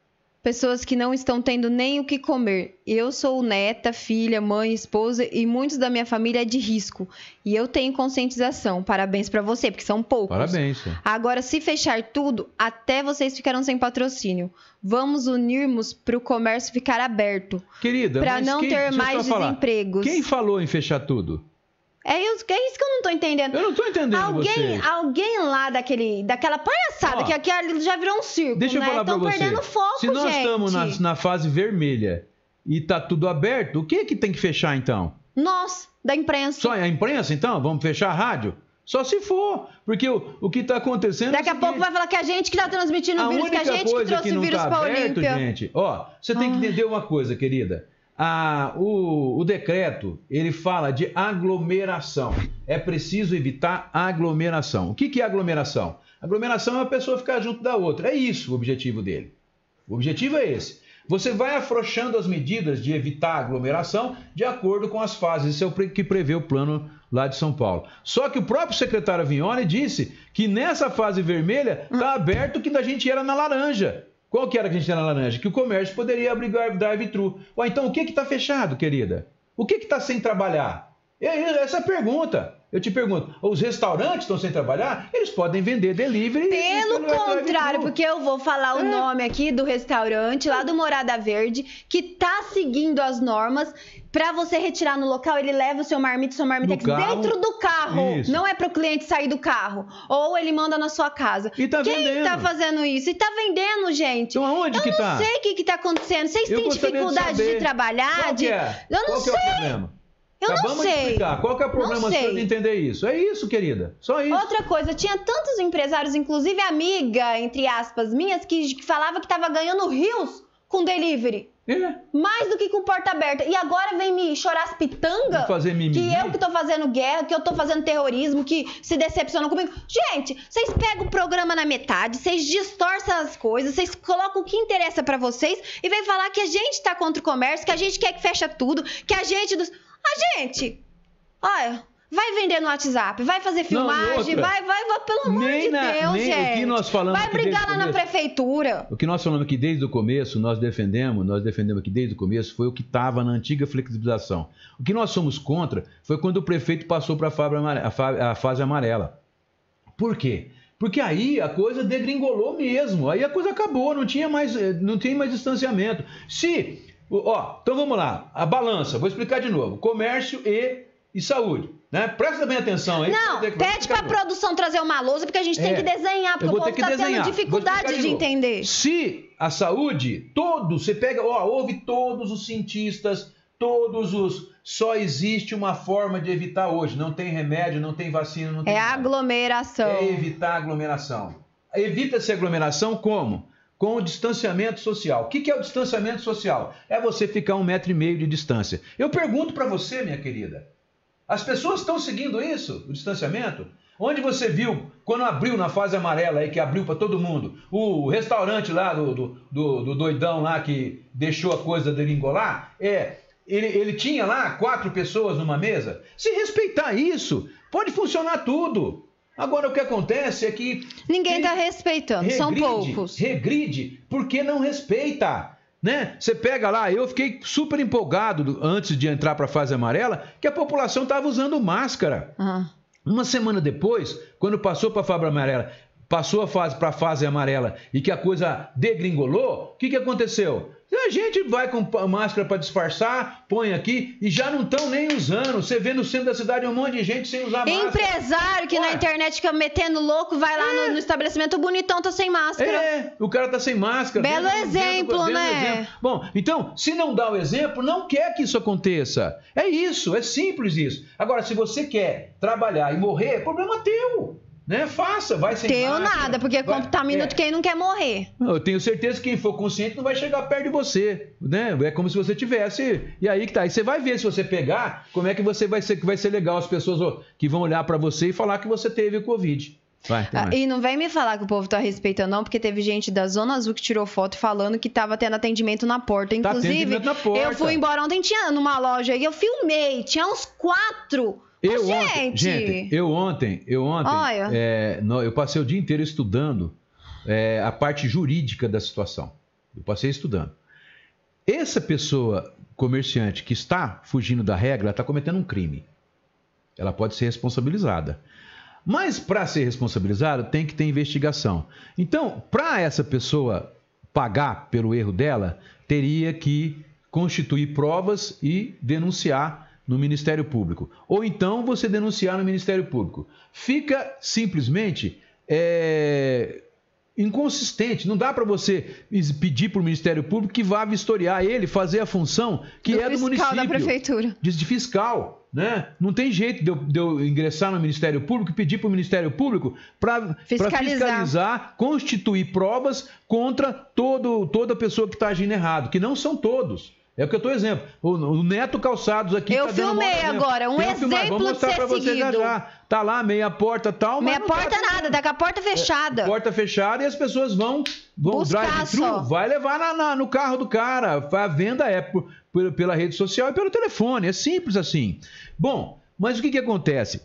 S7: Pessoas que não estão tendo nem o que comer. Eu sou neta, filha, mãe, esposa e muitos da minha família é de risco. E eu tenho conscientização. Parabéns pra você, porque são poucos.
S3: Parabéns. Senhor.
S7: Agora, se fechar tudo, até vocês ficarão sem patrocínio. Vamos unirmos pro comércio ficar aberto.
S3: Querida,
S7: pra
S3: mas
S7: não
S3: quem,
S7: ter mais desempregos.
S3: Quem falou em fechar tudo?
S7: É isso, é isso que eu não tô entendendo.
S3: Eu não tô entendendo
S7: alguém,
S3: você.
S7: Alguém lá daquele, daquela palhaçada,
S3: Ó,
S7: que aqui ali já virou um circo,
S3: deixa
S7: né?
S3: eu falar pra
S7: Estão
S3: você.
S7: perdendo foco,
S3: Se nós
S7: gente.
S3: estamos na, na fase vermelha e tá tudo aberto, o que que tem que fechar então?
S7: Nós, da imprensa.
S3: Só a imprensa então? Vamos fechar a rádio? Só se for, porque o, o que está acontecendo...
S7: Daqui
S3: é
S7: a pouco vai falar que a gente que está transmitindo o vírus, que a gente que trouxe
S3: que
S7: o vírus
S3: tá
S7: para a
S3: aberto,
S7: Olímpia.
S3: gente, ó, você tem que entender uma coisa, querida. Ah, o, o decreto, ele fala de aglomeração. É preciso evitar aglomeração. O que, que é aglomeração? Aglomeração é uma pessoa ficar junto da outra. É isso o objetivo dele. O objetivo é esse. Você vai afrouxando as medidas de evitar aglomeração de acordo com as fases. Isso é o que prevê o plano lá de São Paulo. Só que o próprio secretário Vignoli disse que nessa fase vermelha está aberto que a gente era na laranja. Qual que era que a gente era na laranja? Que o comércio poderia abrir drive-thru. Ué, então o que está fechado, querida? O que está sem trabalhar? É essa a pergunta. Eu te pergunto, os restaurantes estão sem trabalhar? Eles podem vender delivery.
S7: Pelo contrário, porque eu vou falar o é. nome aqui do restaurante lá do Morada Verde, que tá seguindo as normas. Pra você retirar no local, ele leva o seu marmito, seu marmitex dentro do carro. Isso. Não é pro cliente sair do carro. Ou ele manda na sua casa.
S3: E tá
S7: Quem
S3: vendendo.
S7: tá fazendo isso? E tá vendendo, gente.
S3: Então aonde
S7: eu
S3: que tá?
S7: Eu não sei o que que tá acontecendo. Vocês
S3: eu
S7: têm dificuldade de, de trabalhar?
S3: Qual
S7: de...
S3: que é?
S7: Eu não
S3: Qual
S7: sei.
S3: Que é o problema?
S7: Eu
S3: Acabamos
S7: não sei.
S3: de explicar. Qual que é o problema seu de entender isso? É isso, querida. Só isso.
S7: Outra coisa, tinha tantos empresários, inclusive amiga, entre aspas, minhas, que, que falava que tava ganhando rios com delivery.
S3: É.
S7: Mais do que com porta aberta. E agora vem me chorar as pitangas
S3: fazer mimimi.
S7: que eu que tô fazendo guerra, que eu tô fazendo terrorismo, que se decepcionam comigo. Gente, vocês pegam o programa na metade, vocês distorcem as coisas, vocês colocam o que interessa pra vocês e vem falar que a gente tá contra o comércio, que a gente quer que fecha tudo, que a gente... Dos... A gente... Olha... Vai vender no WhatsApp, vai fazer filmagem,
S3: não,
S7: vai, vai, vai, pelo amor
S3: nem
S7: de
S3: na,
S7: Deus,
S3: nem
S7: gente.
S3: O que nós falamos
S7: vai brigar lá na prefeitura.
S3: O que nós falamos aqui desde o começo, nós defendemos, nós defendemos aqui desde o começo, foi o que estava na antiga flexibilização. O que nós somos contra foi quando o prefeito passou para a fase amarela. Por quê? Porque aí a coisa degringolou mesmo, aí a coisa acabou, não tinha mais, não tinha mais distanciamento. Se, ó, então vamos lá, a balança, vou explicar de novo, comércio e, e saúde. Né? Presta bem atenção aí.
S7: Não, pede para a produção trazer uma lousa, porque a gente tem é, que desenhar, porque o povo está tendo dificuldade de, de entender.
S3: Se a saúde, todos, você pega, ó, ouve todos os cientistas, todos os... Só existe uma forma de evitar hoje. Não tem remédio, não tem vacina, não tem
S7: É
S3: nada.
S7: aglomeração.
S3: É evitar aglomeração. Evita-se aglomeração como? Com o distanciamento social. O que é o distanciamento social? É você ficar um metro e meio de distância. Eu pergunto para você, minha querida, as pessoas estão seguindo isso, o distanciamento? Onde você viu, quando abriu na fase amarela, aí, que abriu para todo mundo, o restaurante lá do, do, do, do doidão lá que deixou a coisa degringolar, é, ele, ele tinha lá quatro pessoas numa mesa? Se respeitar isso, pode funcionar tudo. Agora, o que acontece é que...
S7: Ninguém está respeitando, regride, são poucos.
S3: Regride, porque não respeita. Né? Você pega lá, eu fiquei super empolgado antes de entrar para a fase amarela, que a população estava usando máscara.
S7: Uhum.
S3: Uma semana depois, quando passou para a fase amarela, passou a fase para a fase amarela e que a coisa degringolou, o que, que aconteceu? A gente vai com máscara para disfarçar, põe aqui e já não estão nem usando. Você vê no centro da cidade um monte de gente sem usar máscara.
S7: Empresário que Ué. na internet fica metendo louco, vai lá é. no, no estabelecimento, o bonitão tá sem máscara.
S3: É, o cara tá sem máscara.
S7: Belo vendo, exemplo, vendo, né? Vendo exemplo.
S3: Bom, então, se não dá o exemplo, não quer que isso aconteça. É isso, é simples isso. Agora, se você quer trabalhar e morrer, é problema teu. Né? Faça, vai sem
S7: Teu
S3: máscara.
S7: nada, porque vai, contamina é. quem não quer morrer.
S3: Eu tenho certeza que quem for consciente não vai chegar perto de você, né? É como se você tivesse, e aí que tá. E você vai ver se você pegar, como é que você vai ser, que vai ser legal as pessoas que vão olhar para você e falar que você teve o Covid. Vai,
S7: ah, e não vem me falar que o povo tá respeitando não, porque teve gente da Zona Azul que tirou foto falando que tava tendo atendimento na porta. Inclusive,
S3: tá na porta.
S7: eu fui embora ontem, tinha numa loja aí, eu filmei, tinha uns quatro...
S3: Eu
S7: gente.
S3: Ontem, gente, eu ontem, eu ontem, é, no, eu passei o dia inteiro estudando é, a parte jurídica da situação. Eu passei estudando. Essa pessoa, comerciante, que está fugindo da regra, está cometendo um crime. Ela pode ser responsabilizada. Mas para ser responsabilizada, tem que ter investigação. Então, para essa pessoa pagar pelo erro dela, teria que constituir provas e denunciar no Ministério Público. Ou então você denunciar no Ministério Público. Fica simplesmente é, inconsistente. Não dá para você pedir para o Ministério Público que vá vistoriar ele, fazer a função que
S7: do
S3: é do
S7: fiscal
S3: município.
S7: Da prefeitura.
S3: De, de fiscal. Né? Não tem jeito de eu, de eu ingressar no Ministério Público e pedir para o Ministério Público para fiscalizar. fiscalizar, constituir provas contra todo, toda pessoa que está agindo errado, que não são todos. É o que eu estou exemplo. O, o Neto Calçados aqui.
S7: Eu
S3: tá
S7: filmei agora, um exemplo de ser
S3: você
S7: seguido.
S3: Já, já. Tá lá, meia porta tal.
S7: Meia porta tá nada, tá com a porta fechada.
S3: É, porta fechada e as pessoas vão, vão drive-thru, vai levar na, na, no carro do cara. A venda é por, por, pela rede social e pelo telefone. É simples assim. Bom, mas o que, que acontece?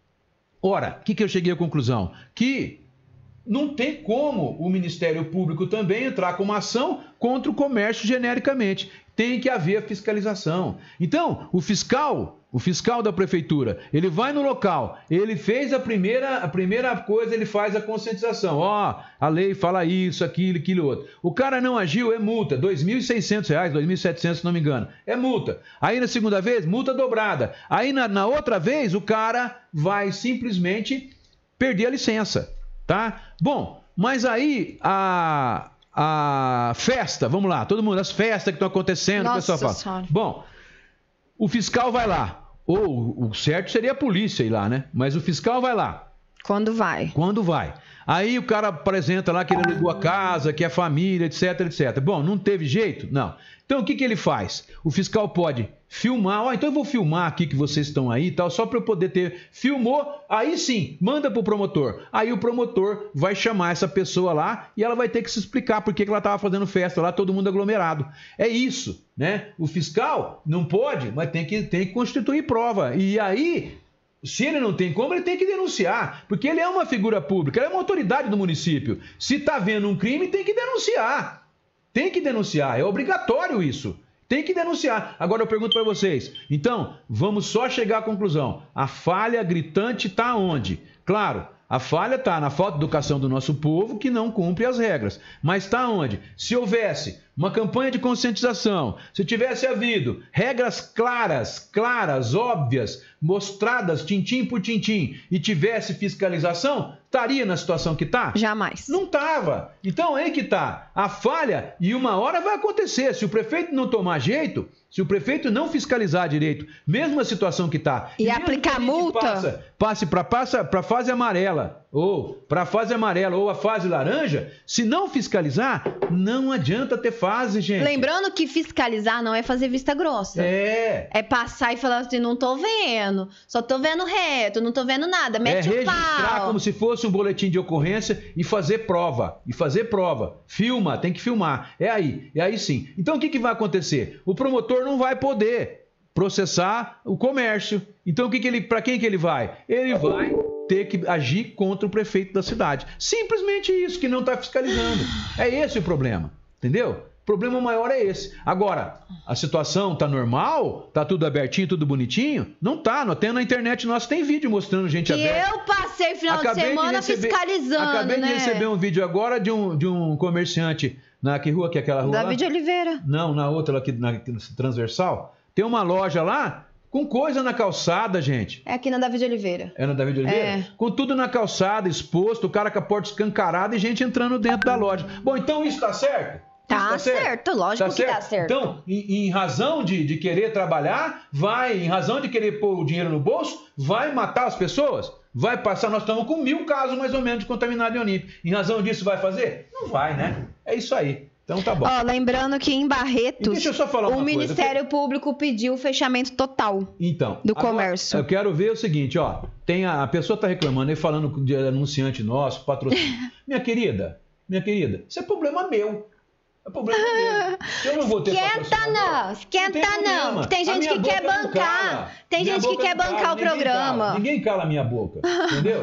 S3: Ora, o que, que eu cheguei à conclusão? Que não tem como o Ministério Público também entrar com uma ação contra o comércio genericamente. Tem que haver fiscalização. Então, o fiscal, o fiscal da prefeitura, ele vai no local, ele fez a primeira, a primeira coisa, ele faz a conscientização. Ó, oh, a lei fala isso, aquilo, aquilo outro. O cara não agiu, é multa, dois mil e seiscentos reais, dois mil e setecentos, se não me engano. É multa. Aí na segunda vez, multa dobrada. Aí na, na outra vez, o cara vai simplesmente perder a licença, tá? Bom, mas aí a... A festa, vamos lá, todo mundo, as festas que estão acontecendo, o pessoal fala. Senhora. Bom, o fiscal vai lá, ou o certo seria a polícia ir lá, né? Mas o fiscal vai lá.
S7: Quando vai?
S3: Quando vai. Aí o cara apresenta lá que ele alugou a casa, que é família, etc, etcétera. Bom, não teve jeito? Não. Então o que, que ele faz? O fiscal pode filmar, ó, oh, então eu vou filmar aqui que vocês estão aí e tal, só para eu poder ter. Filmou, aí sim, manda pro promotor. Aí o promotor vai chamar essa pessoa lá e ela vai ter que se explicar por que, que ela estava fazendo festa lá, todo mundo aglomerado. É isso, né? O fiscal não pode, mas tem que, tem que constituir prova. E aí, se ele não tem como, ele tem que denunciar, porque ele é uma figura pública, ele é uma autoridade do município. Se está vendo um crime, tem que denunciar. Tem que denunciar, é obrigatório isso. Tem que denunciar. Agora eu pergunto para vocês, então, vamos só chegar à conclusão. A falha gritante está onde? Claro, a falha está na falta de educação do nosso povo que não cumpre as regras. Mas está onde? Se houvesse uma campanha de conscientização, se tivesse havido regras claras, claras, óbvias, mostradas tintim por tintim e tivesse fiscalização, estaria na situação que está?
S7: Jamais.
S3: Não estava. Então aí que está. A falha, e uma hora vai acontecer. Se o prefeito não tomar jeito, se o prefeito não fiscalizar direito, mesmo a situação que está...
S7: E, e aplicar multa...
S3: Passa, passe para passa, a fase amarela, ou para a fase amarela, ou a fase laranja, se não fiscalizar, não adianta ter fase, gente.
S7: Lembrando que fiscalizar não é fazer vista grossa.
S3: É.
S7: É passar e falar assim, não tô vendo, só tô vendo reto, não tô vendo nada, mete
S3: é
S7: o pau.
S3: Registrar como se fosse um boletim de ocorrência e fazer prova, e fazer prova. Filma, tem que filmar. É aí, é aí sim. Então o que, que vai acontecer? O promotor não vai poder processar o comércio. Então o que, que ele, para quem que ele vai? Ele vai ter que agir contra o prefeito da cidade. Simplesmente isso, que não está fiscalizando. É esse o problema, entendeu? O problema maior é esse. Agora, a situação está normal? Está tudo abertinho, tudo bonitinho? Não está. Até na internet nossa tem vídeo mostrando gente
S7: que
S3: aberta.
S7: Eu passei final
S3: acabei
S7: de semana
S3: de receber,
S7: fiscalizando,
S3: Acabei
S7: né?
S3: de receber um vídeo agora de um, de um comerciante. Na que rua que é aquela rua?
S7: David
S3: lá?
S7: Oliveira.
S3: Não, na outra aqui, na transversal. Tem uma loja lá com coisa na calçada, gente.
S7: É aqui na David Oliveira.
S3: É na David Oliveira?
S7: É.
S3: Com tudo na calçada, exposto, o cara com a porta escancarada e gente entrando dentro da loja. Bom, então isso tá certo?
S7: Tá,
S3: tá
S7: certo? certo, lógico
S3: tá
S7: que
S3: certo?
S7: tá certo.
S3: Então, em, em razão de, de querer trabalhar, vai, em razão de querer pôr o dinheiro no bolso, vai matar as pessoas? Vai passar, nós estamos com mil casos mais ou menos de contaminado em Olímpia. Em razão disso vai fazer? Não vai, né? É isso aí. Então tá bom.
S7: Ó, lembrando que em Barretos,
S3: deixa eu só falar uma
S7: o
S3: coisa.
S7: Ministério Público pediu o fechamento total
S3: então,
S7: do
S3: agora,
S7: comércio.
S3: Eu quero ver o seguinte, ó. Tem a, a pessoa tá reclamando aí, falando de anunciante nosso, patrocínio. Minha querida, minha querida, isso é problema meu. É problema meu. Eu não vou ter
S7: Esquenta não, esquenta não. não. Tem gente que quer bancar. Tem gente que quer bancar o programa.
S3: Ninguém cala a minha boca, entendeu?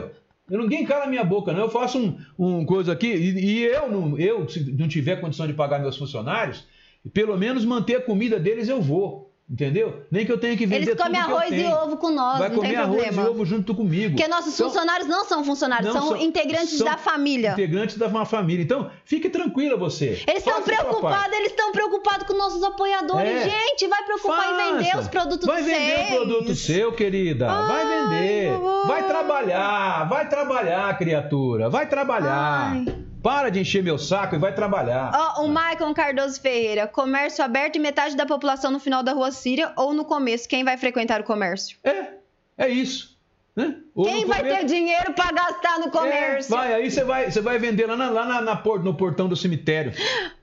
S3: Ninguém cala a minha boca, não. Eu faço um, um coisa aqui e, e eu, não, eu, se não tiver condição de pagar meus funcionários, pelo menos manter a comida deles eu vou. Entendeu? Nem que eu tenha que vender
S7: Eles comem
S3: tudo
S7: arroz
S3: que eu tenho.
S7: e ovo com nós,
S3: Vai
S7: não
S3: comer
S7: tem
S3: arroz
S7: problema.
S3: e ovo junto comigo.
S7: Porque nossos
S3: então,
S7: funcionários não são funcionários,
S3: não
S7: são,
S3: são
S7: integrantes
S3: são
S7: da família.
S3: Integrantes da uma família. Então, fique tranquila você.
S7: Eles estão
S3: Faça a sua
S7: preocupados,
S3: parte.
S7: eles estão preocupados com nossos apoiadores.
S3: É.
S7: Gente, vai preocupar
S3: Faça.
S7: em vender os produtos
S3: Vai vender
S7: seus.
S3: o produto seu, querida. Vai
S7: Ai,
S3: vender.
S7: ai.
S3: Vai trabalhar. Vai trabalhar, criatura. Vai trabalhar.
S7: Ai.
S3: Para de encher meu saco e vai trabalhar.
S7: Ó, o Maicon Cardoso Ferreira. Comércio aberto e metade da população no final da rua Síria ou no começo. Quem vai frequentar o comércio?
S3: É, é isso. Né? Ou
S7: Quem
S3: no
S7: vai
S3: começo-
S7: ter dinheiro pra gastar no comércio?
S3: É, vai, aí você vai, você vai vender lá, na, lá na, na por- no portão do cemitério.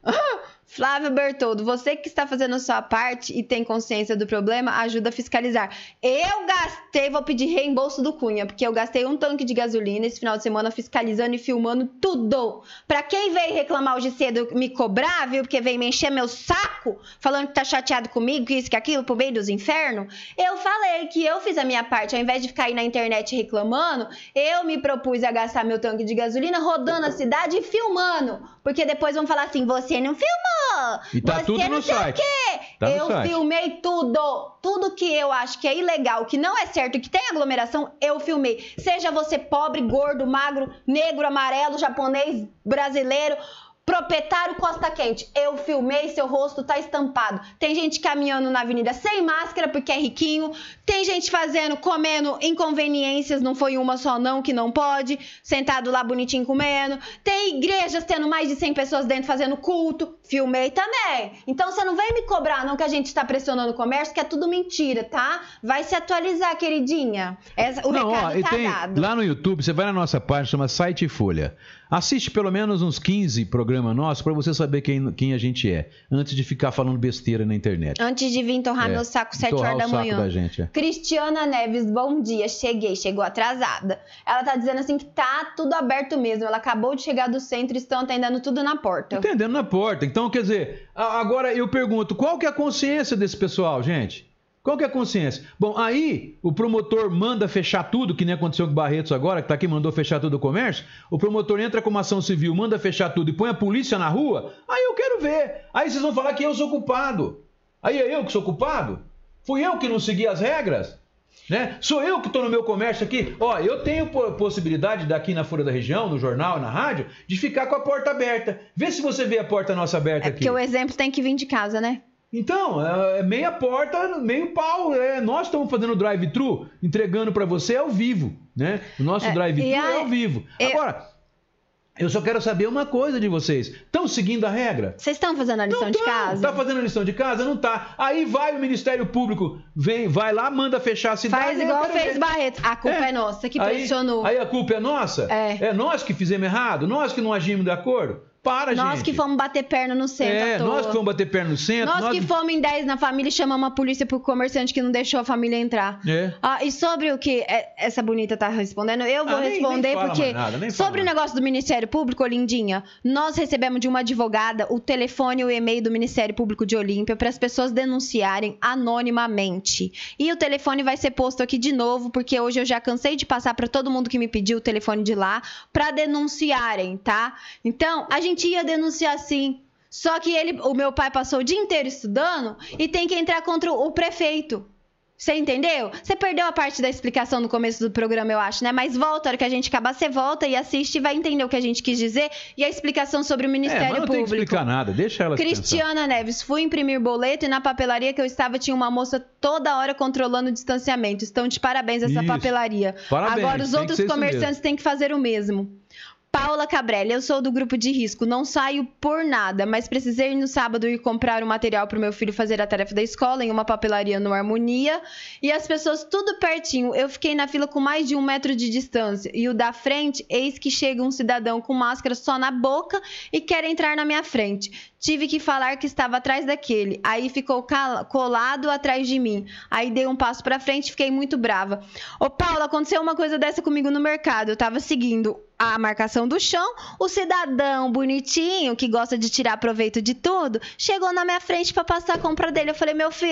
S7: Flávio Bertoldo, você que está fazendo a sua parte e tem consciência do problema, ajuda a fiscalizar. Eu gastei, vou pedir reembolso do Cunha, porque eu gastei um tanque de gasolina esse final de semana fiscalizando e filmando tudo. Pra quem veio reclamar hoje cedo me cobrar, viu, porque veio me encher meu saco, falando que tá chateado comigo, que isso, que aquilo, pro meio dos infernos, eu falei que eu fiz a minha parte. Ao invés de ficar aí na internet reclamando, eu me propus a gastar meu tanque de gasolina rodando a cidade e filmando. Porque depois vão falar assim, você não filmou.
S3: E tá
S7: Você
S3: tudo
S7: não
S3: no
S7: sei
S3: site.
S7: O quê?
S3: Tá no
S7: eu
S3: site.
S7: filmei tudo. Tudo que eu acho que é ilegal, que não é certo, que tem aglomeração, eu filmei. Seja você pobre, gordo, magro, negro, amarelo, japonês, brasileiro, proprietário Costa Quente. Eu filmei, seu rosto tá estampado. Tem gente caminhando na avenida sem máscara porque é riquinho. Tem gente fazendo, comendo inconveniências, não foi uma só não, que não pode. Sentado lá bonitinho comendo. Tem igrejas tendo mais de cem pessoas dentro fazendo culto. Filmei também. Então você não vem me cobrar não que a gente tá pressionando o comércio, que é tudo mentira, tá? Vai se atualizar, queridinha. Essa, o
S3: Não,
S7: recado
S3: ó, e
S7: tá
S3: tem,
S7: dado.
S3: lá no YouTube, você vai na nossa página, chama Site Folha. Assiste pelo menos uns quinze programas nossos para você saber quem, quem a gente é, antes de ficar falando besteira na internet.
S7: Antes de vir torrar
S3: É,
S7: meu saco sete
S3: torrar
S7: horas da
S3: o saco
S7: manhã.
S3: da gente, é.
S7: Cristiana Neves, bom dia. Cheguei, chegou atrasada. Ela tá dizendo assim que tá tudo aberto mesmo. Ela acabou de chegar do centro e estão atendendo tudo na porta.
S3: Entendendo na porta. Então, quer dizer, a- agora eu pergunto, qual que é a consciência desse pessoal, gente? Qual que é a consciência? Bom, aí o promotor manda fechar tudo, que nem aconteceu com o Barretos agora, que tá aqui, mandou fechar tudo o comércio. O promotor entra com uma ação civil, manda fechar tudo e põe a polícia na rua. Aí eu quero ver. Aí vocês vão falar que eu sou culpado. Aí é eu que sou culpado? Fui eu que não segui as regras? Né? Sou eu que estou no meu comércio aqui. Ó, eu tenho po- possibilidade daqui na Folha da Região, no jornal, na rádio, de ficar com a porta aberta. Vê se você vê a porta nossa aberta
S7: É
S3: aqui.
S7: porque o exemplo tem que vir de casa, né?
S3: Então, é meia porta, meio pau. É, nós estamos fazendo drive-thru, entregando para você ao vivo, né? O nosso
S7: É,
S3: drive-thru
S7: e a-
S3: é ao vivo.
S7: eu-
S3: Agora, eu só quero saber uma coisa de vocês. Estão seguindo a regra?
S7: Vocês estão fazendo a lição
S3: Não
S7: de
S3: tão.
S7: casa?
S3: Tá fazendo a lição de casa? Não tá. Aí vai o Ministério Público, vem, vai lá, manda fechar a cidade.
S7: Faz
S3: eu
S7: igual
S3: quero
S7: fez
S3: ver.
S7: Barreto. A culpa é,
S3: É.
S7: nossa, que
S3: Aí-
S7: pressionou.
S3: Aí a culpa é nossa?
S7: É.
S3: É nós que fizemos errado? Nós que não agimos de acordo? Para, gente.
S7: Nós que fomos bater perna no centro
S3: É,
S7: à toa.
S3: nós que fomos bater perna no centro.
S7: Nós que fomos em dez na família e chamamos a polícia pro comerciante que não deixou a família entrar.
S3: É.
S7: Ah, e sobre o que é- essa bonita tá respondendo, eu vou
S3: Ah, nem-
S7: responder
S3: nem fala
S7: porque
S3: mais nada, nem fala
S7: sobre o
S3: mais.
S7: negócio do Ministério Público, Lindinha, nós recebemos de uma advogada o telefone e o e-mail do Ministério Público de Olímpia para as pessoas denunciarem anonimamente. E o telefone vai ser posto aqui de novo, porque hoje eu já cansei de passar para todo mundo que me pediu o telefone de lá para denunciarem, tá? Então, a gente ia denunciar sim. Só que ele, o meu pai passou o dia inteiro estudando e tem que entrar contra o prefeito. Você entendeu? Você perdeu a parte da explicação no começo do programa, eu acho, né? Mas volta, a hora que a gente acabar, você volta e assiste e vai entender o que a gente quis dizer e a explicação sobre o
S3: É,
S7: Ministério
S3: mas não tem que
S7: Público.
S3: explicar nada, deixa ela pensar.
S7: Cristiana Neves, fui imprimir boleto e na papelaria que eu estava tinha uma moça toda hora controlando o distanciamento. Estão de parabéns essa
S3: Isso.
S7: papelaria.
S3: Parabéns,
S7: Agora os
S3: tem que
S7: outros
S3: ser isso
S7: comerciantes têm que fazer o mesmo. Paula Cabrelli, eu sou do grupo de risco, não saio por nada, mas precisei no sábado ir comprar o material para o meu filho fazer a tarefa da escola em uma papelaria no Harmonia e as pessoas tudo pertinho. Eu fiquei na fila com mais de um metro de distância e o da frente, eis que chega um cidadão com máscara só na boca e quer entrar na minha frente. Tive que falar que estava atrás daquele, aí ficou cala- colado atrás de mim. Aí dei um passo para frente e fiquei muito brava. Ô Paula, aconteceu uma coisa dessa comigo no mercado, eu tava seguindo a marcação do chão, o cidadão bonitinho, que gosta de tirar proveito de tudo, chegou na minha frente para passar a compra dele. Eu falei, meu filho,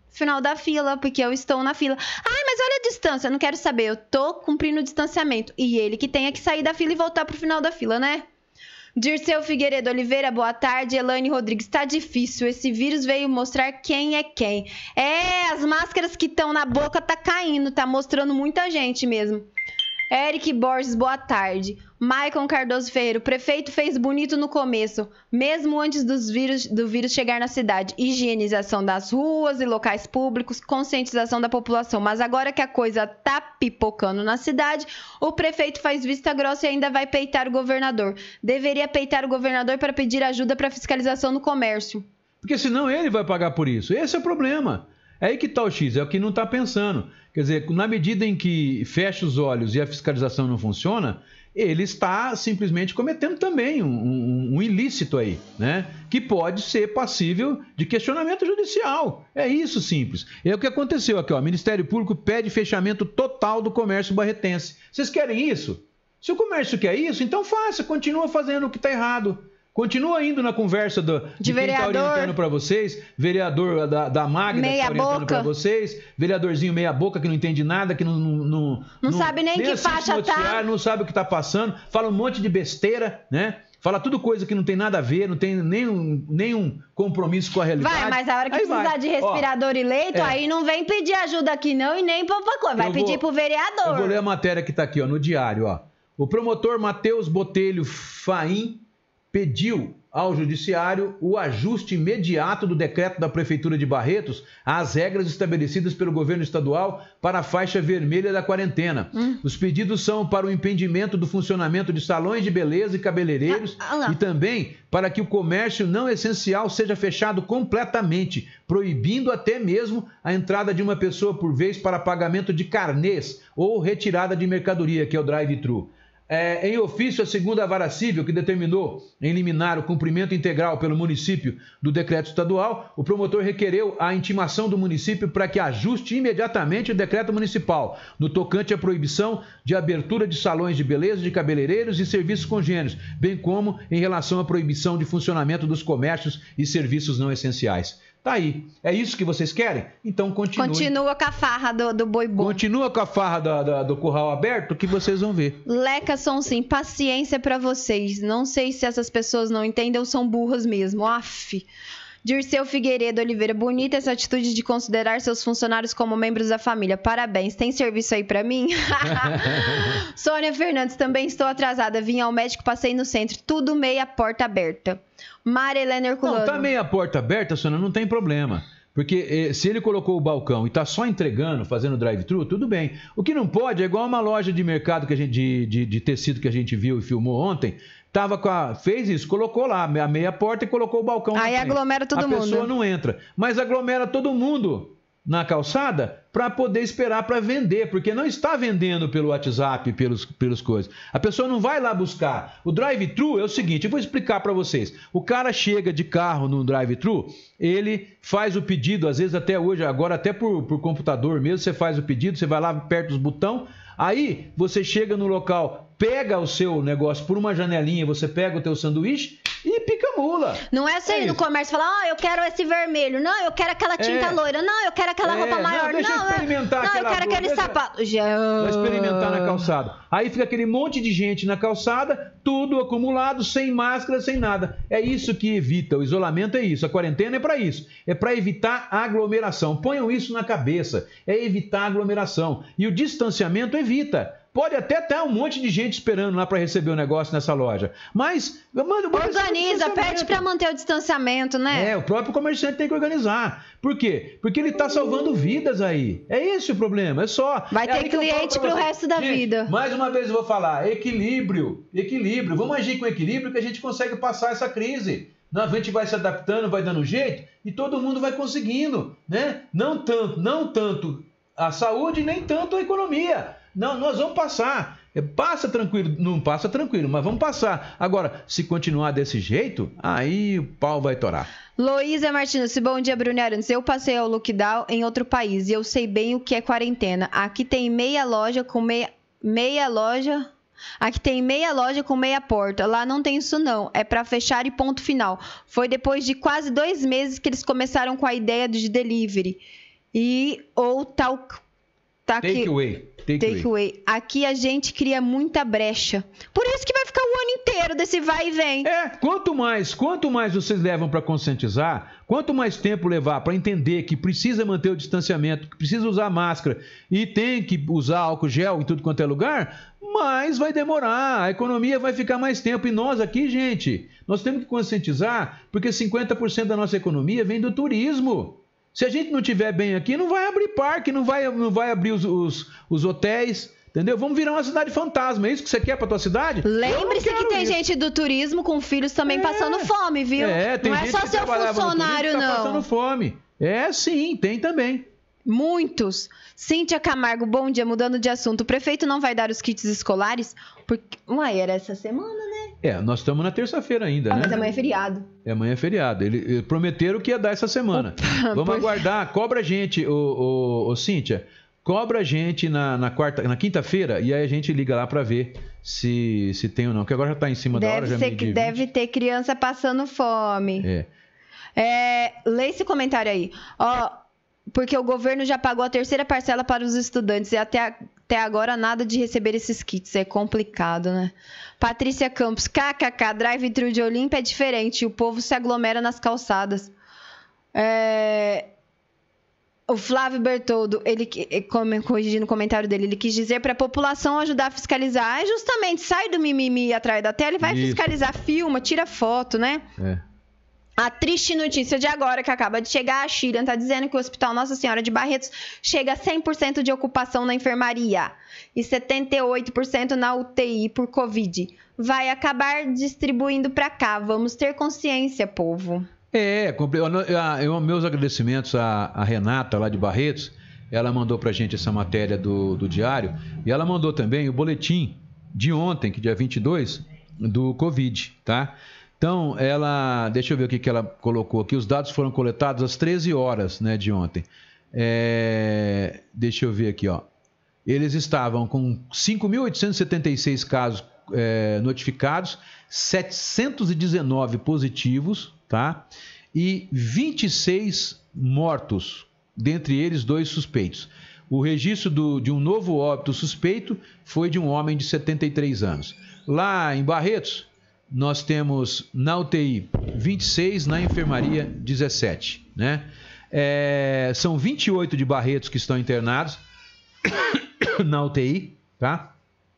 S7: final da fila, porque eu estou na fila. Ai, mas olha a distância, eu não quero saber, eu tô cumprindo o distanciamento. E ele que tenha que sair da fila e voltar pro final da fila, né? Dirceu Figueiredo Oliveira, boa tarde. Elaine Rodrigues, tá difícil, esse vírus veio mostrar quem é quem. É, as máscaras que estão na boca tá caindo, tá mostrando muita gente mesmo. Eric Borges, boa tarde. Maicon Cardoso Ferreira, o prefeito fez bonito no começo, mesmo antes dos vírus, do vírus chegar na cidade. Higienização das ruas e locais públicos, conscientização da população. Mas agora que a coisa tá pipocando na cidade, o prefeito faz vista grossa e ainda vai peitar o governador. Deveria peitar o governador para pedir ajuda para fiscalização no comércio.
S3: Porque senão ele vai pagar por isso. Esse é o problema. É aí que está o X, é o que não está pensando. Quer dizer, na medida em que fecha os olhos e a fiscalização não funciona, ele está simplesmente cometendo também um, um, um ilícito aí, né? Que pode ser passível de questionamento judicial. É isso simples. É o que aconteceu aqui, ó. O Ministério Público pede fechamento total do comércio barretense. Vocês querem isso? Se o comércio quer isso, então faça, continua fazendo o que está errado. Continua indo na conversa do, de, de quem está orientando para vocês, vereador da, da Magda que está orientando para vocês, vereadorzinho meia boca que não entende nada, que não... Não, não,
S7: não sabe nem, nem que faixa tá.
S3: Não sabe o que está passando, fala um monte de besteira, né? Fala tudo coisa que não tem nada a ver, não tem nenhum, nenhum compromisso com a realidade.
S7: Vai, mas a hora que
S3: aí
S7: precisar
S3: vai.
S7: de respirador
S3: Ó,
S7: e leito,
S3: é.
S7: aí não vem pedir ajuda aqui não e nem pra coisa. Vai
S3: eu
S7: pedir
S3: vou,
S7: pro vereador.
S3: Eu vou ler a matéria que está aqui, ó, no diário, ó. O promotor Matheus Botelho Faim pediu ao Judiciário o ajuste imediato do decreto da Prefeitura de Barretos às regras estabelecidas pelo governo estadual para a faixa vermelha da quarentena. Hum. Os pedidos são para o impedimento do funcionamento de salões de beleza e cabeleireiros ah, ah, e também para que o comércio não essencial seja fechado completamente, proibindo até mesmo a entrada de uma pessoa por vez para pagamento de carnês ou retirada de mercadoria, que é o drive-thru. É, em ofício, a segunda Vara Civil, que determinou eliminar o cumprimento integral pelo município do decreto estadual, o promotor requereu a intimação do município para que ajuste imediatamente o decreto municipal no tocante à proibição de abertura de salões de beleza, de cabeleireiros e serviços congêneros, bem como em relação à proibição de funcionamento dos comércios e serviços não essenciais. Tá aí. É isso que vocês querem? Então continue.
S7: Continua com a farra do, do boi bom.
S3: Continua com a farra da, da, do curral aberto que vocês vão ver.
S7: Leca Sonsim, paciência pra vocês. Não sei se essas pessoas não entendem ou são burras mesmo. Aff. Dirceu Figueiredo Oliveira, bonita essa atitude de considerar seus funcionários como membros da família. Parabéns. Tem serviço aí pra mim? Sônia Fernandes, também estou atrasada. Vim ao médico, passei no centro. Tudo meia porta aberta. Maria Helena Herculano.
S3: Não, tá meia porta aberta, Sônia, não tem problema. Porque eh, se ele colocou o balcão e tá só entregando, fazendo drive-thru, tudo bem. O que não pode é igual uma loja de mercado que a gente, de, de, de tecido que a gente viu e filmou ontem. Tava com a, fez isso, colocou lá a meia porta e colocou o balcão.
S7: Aí aglomera todo
S3: a
S7: mundo.
S3: A pessoa não entra. Mas aglomera todo mundo na calçada para poder esperar para vender, porque não está vendendo pelo WhatsApp, pelos, pelos coisas. A pessoa não vai lá buscar. O drive-thru é o seguinte, eu vou explicar para vocês. O cara chega de carro no drive-thru, ele faz o pedido, às vezes até hoje, agora até por, por computador mesmo, você faz o pedido, você vai lá perto dos botões, aí você chega no local, pega o seu negócio por uma janelinha, você pega o teu sanduíche e pica a mula.
S7: Não é você ir no comércio e falar, ó, oh, eu quero esse vermelho, não, eu quero aquela tinta é. loira, não, eu quero aquela é. roupa maior, não,
S3: deixa
S7: não,
S3: eu experimentar
S7: não, eu quero
S3: blusa,
S7: aquele
S3: deixa...
S7: sapato. Já...
S3: Vai experimentar na calçada. Aí fica aquele monte de gente na calçada, tudo acumulado, sem máscara, sem nada. É isso que evita, o isolamento é isso, a quarentena é para isso, é para evitar a aglomeração. Ponham isso na cabeça, é evitar a aglomeração. E o distanciamento evita. Pode até ter um monte de gente esperando lá para receber o negócio nessa loja. Mas, mano,
S7: organiza, pede para manter o distanciamento, né?
S3: É, o próprio comerciante tem que organizar. Por quê? Porque ele tá salvando vidas aí. É esse o problema, é só.
S7: Vai
S3: é
S7: ter cliente pro resto da
S3: gente,
S7: vida.
S3: Mais uma vez eu vou falar, equilíbrio, equilíbrio. Vamos agir com equilíbrio que a gente consegue passar essa crise. A gente vai se adaptando, vai dando jeito e todo mundo vai conseguindo, né? Não tanto, não tanto a saúde, nem tanto a economia. Não, nós vamos passar. Passa tranquilo, não passa tranquilo, mas vamos passar. Agora, se continuar desse jeito, aí o pau vai torar.
S7: Luísa Martins, bom dia, Bruno Arantes. Eu passei ao lockdown em outro país e eu sei bem o que é quarentena. Aqui tem meia loja com meia, meia loja... Aqui tem meia loja com meia porta. Lá não tem isso não. É para fechar e ponto final. Foi depois de quase dois meses que eles começaram com a ideia de delivery. E ou tal... Tá
S3: Take
S7: aqui,
S3: away. Take,
S7: take away. away. Aqui a gente cria muita brecha. Por isso que vai ficar o ano inteiro desse vai e vem.
S3: É, quanto mais, quanto mais vocês levam para conscientizar, quanto mais tempo levar para entender que precisa manter o distanciamento, que precisa usar máscara e tem que usar álcool gel em tudo quanto é lugar, mais vai demorar. A economia vai ficar mais tempo. E nós aqui, gente, nós temos que conscientizar, porque cinquenta por cento da nossa economia vem do turismo. Se a gente não estiver bem aqui, não vai abrir parque, não vai, não vai abrir os, os, os hotéis, entendeu? Vamos virar uma cidade fantasma. É isso que você quer pra tua cidade?
S7: Lembre-se que tem isso. gente do turismo com filhos também é. passando fome, viu?
S3: É, tem
S7: não
S3: gente
S7: é só
S3: que
S7: seu funcionário,
S3: no turismo,
S7: não.
S3: Tá passando fome. É, sim, tem também.
S7: Muitos. Cíntia Camargo, bom dia. Mudando de assunto, o prefeito não vai dar os kits escolares? Porque... Uai, era essa semana, né?
S3: É, nós estamos na terça-feira ainda,
S7: ah,
S3: né?
S7: Mas amanhã é feriado.
S3: É, amanhã é feriado. Eles prometeram que ia dar essa semana. Opa, Vamos por... aguardar. Cobra a gente, ô, ô, ô, Cíntia. Cobra a gente na, na, quarta, na quinta-feira e aí a gente liga lá para ver se, se tem ou não. Porque agora já está em cima
S7: deve
S3: da hora. Já
S7: ser, que deve ter criança passando fome.
S3: É.
S7: é lê esse comentário aí. Ó... Porque o governo já pagou a terceira parcela para os estudantes e até, até agora nada de receber esses kits. É complicado, né? Patrícia Campos, kkk, drive-thru de Olímpia é diferente. O povo se aglomera nas calçadas. É... O Flávio Bertoldo, ele corrigindo o comentário dele, ele quis dizer para a população ajudar a fiscalizar. É justamente, sai do mimimi atrás da tela e vai Isso. fiscalizar, filma, tira foto, né? É. A triste notícia de agora, que acaba de chegar, a Shirian está dizendo que o Hospital Nossa Senhora de Barretos chega a cem por cento de ocupação na enfermaria e setenta e oito por cento na U T I por Covid. Vai acabar distribuindo para cá. Vamos ter consciência, povo.
S3: É, eu, meus agradecimentos à, à Renata, lá de Barretos. Ela mandou para a gente essa matéria do, do diário e ela mandou também o boletim de ontem, que dia vinte e dois, do Covid, tá? Então, ela, deixa eu ver o que, que ela colocou aqui. Os dados foram coletados às treze horas, né, de ontem. É, deixa eu ver aqui, ó. Eles estavam com cinco mil oitocentos e setenta e seis casos é, notificados, setecentos e dezenove positivos, tá? E vinte e seis mortos, dentre eles dois suspeitos. O registro do, de um novo óbito suspeito foi de um homem de setenta e três anos. Lá em Barretos, nós temos na U T I vinte e seis, na enfermaria dezessete, né? É, são vinte e oito de Barretos que estão internados na U T I, tá?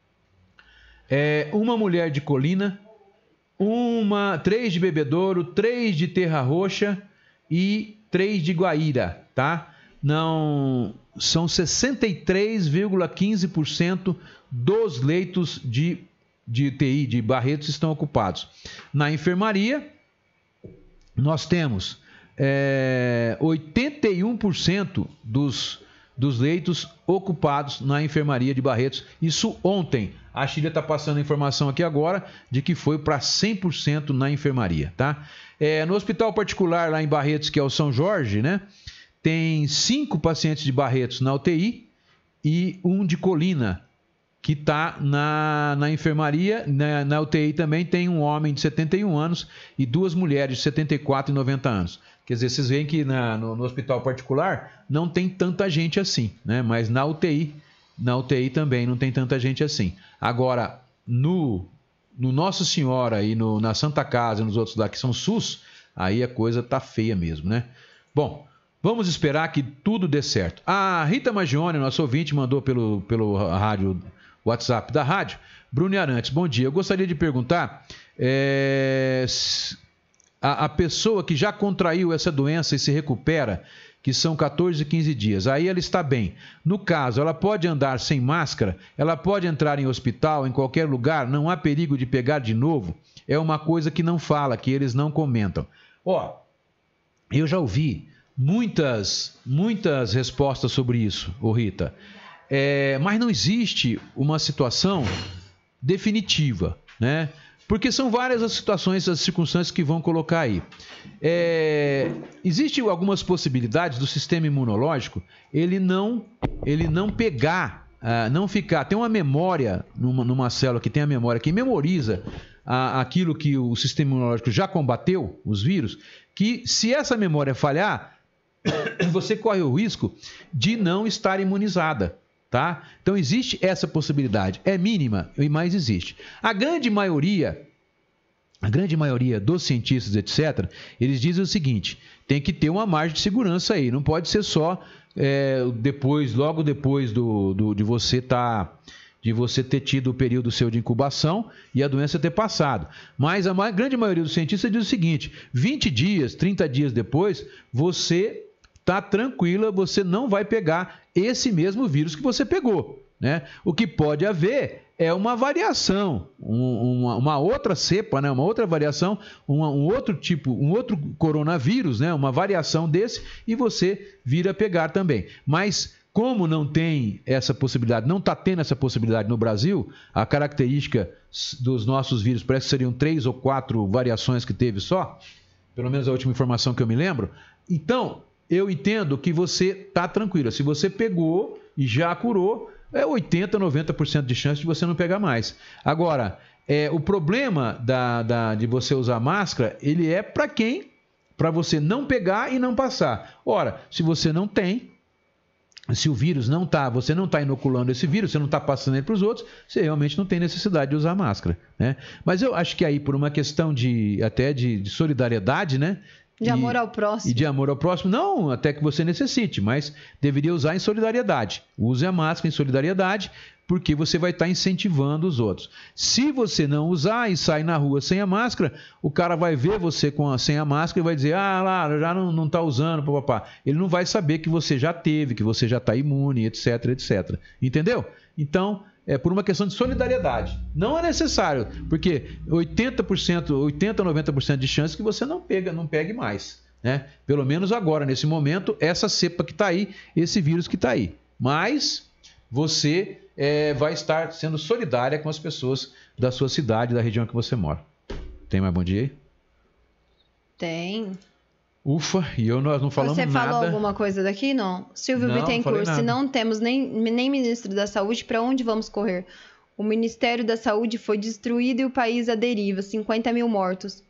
S3: É, uma mulher de Colina, uma, três de Bebedouro, três de Terra Roxa e três de Guaíra, tá? Não, são sessenta e três vírgula quinze por cento dos leitos de de U T I de Barretos estão ocupados. Na enfermaria, nós temos é, oitenta e um por cento dos, dos leitos ocupados na enfermaria de Barretos. Isso ontem. A Chile está passando a informação aqui agora de que foi para cem por cento na enfermaria, tá? É, no hospital particular lá em Barretos, que é o São Jorge, né? Tem cinco pacientes de Barretos na U T I e um de Colina, que está na, na enfermaria. Na, na U T I também tem um homem de setenta e um anos e duas mulheres de setenta e quatro e noventa anos. Quer dizer, vocês veem que na, no, no hospital particular não tem tanta gente assim, né? Mas na U T I, na U T I também não tem tanta gente assim. Agora, no, no Nossa Senhora e no, na Santa Casa e nos outros lá que são SUS, aí a coisa tá feia mesmo, né? Bom, vamos esperar que tudo dê certo. A Rita Magione, nosso ouvinte, mandou pelo, pelo rádio... WhatsApp da rádio. Bruno Arantes, bom dia. Eu gostaria de perguntar é, a, a pessoa que já contraiu essa doença e se recupera, que são quatorze, quinze dias, aí ela está bem. No caso, ela pode andar sem máscara, ela pode entrar em hospital, em qualquer lugar, não há perigo de pegar de novo? É uma coisa que não fala, que eles não comentam. Ó, eu já ouvi muitas, muitas respostas sobre isso, ô Rita. É, mas não existe uma situação definitiva, né? Porque são várias as situações, as circunstâncias que vão colocar aí. É, Existem algumas possibilidades do sistema imunológico ele não, ele não pegar, uh, não ficar... Tem uma memória numa, numa célula que tem a memória que memoriza uh, aquilo que o sistema imunológico já combateu, os vírus, que se essa memória falhar, você corre o risco de não estar imunizada, tá? Então existe essa possibilidade, é mínima, mas existe. A grande maioria, a grande maioria dos cientistas, etcétera, eles dizem o seguinte: tem que ter uma margem de segurança aí, não pode ser só é, depois, logo depois do, do, de você estar... Tá, de você ter tido o período seu de incubação e a doença ter passado. Mas a ma- grande maioria dos cientistas diz o seguinte: vinte dias, trinta dias depois, você está tranquila, você não vai pegar esse mesmo vírus que você pegou, né? O que pode haver é uma variação, um, uma, uma outra cepa, né? Uma outra variação, uma, um outro tipo, um outro coronavírus, né? Uma variação desse, e você vir a pegar também. Mas como não tem essa possibilidade, não está tendo essa possibilidade no Brasil, a característica dos nossos vírus parece que seriam três ou quatro variações que teve só, pelo menos a última informação que eu me lembro. Então, eu entendo que você está tranquila. Se você pegou e já curou, é oitenta, noventa por cento de chance de você não pegar mais. Agora, é, o problema da, da, de você usar máscara, ele é para quem? Para você não pegar e não passar. Ora, se você não tem, se o vírus não está, você não está inoculando esse vírus, você não está passando ele para os outros, você realmente não tem necessidade de usar máscara, né? Mas eu acho que aí, por uma questão de até de, de solidariedade, né?
S7: De e, amor ao próximo.
S3: E de amor ao próximo, não até que você necessite, mas deveria usar em solidariedade. Use a máscara em solidariedade, porque você vai estar incentivando os outros. Se você não usar e sair na rua sem a máscara, o cara vai ver você com a, sem a máscara e vai dizer: ah, lá, já não está usando, papapá. Ele não vai saber que você já teve, que você já está imune, etc, etcétera. Entendeu? Então, é por uma questão de solidariedade. Não é necessário, porque oitenta por cento, oitenta, noventa por cento de chance que você não, pega, não pegue mais, né? Pelo menos agora, nesse momento, essa cepa que está aí, esse vírus que está aí. Mas você é, vai estar sendo solidária com as pessoas da sua cidade, da região que você mora. Tem mais bom dia aí?
S7: Tem.
S3: Ufa, e eu, nós não falamos nada.
S7: Você falou
S3: nada.
S7: alguma coisa daqui? Não. Silvio
S3: Não,
S7: Bittencourt, se não temos nem, nem ministro da Saúde, para onde vamos correr? O Ministério da Saúde foi destruído e o país à deriva, cinquenta mil mortos.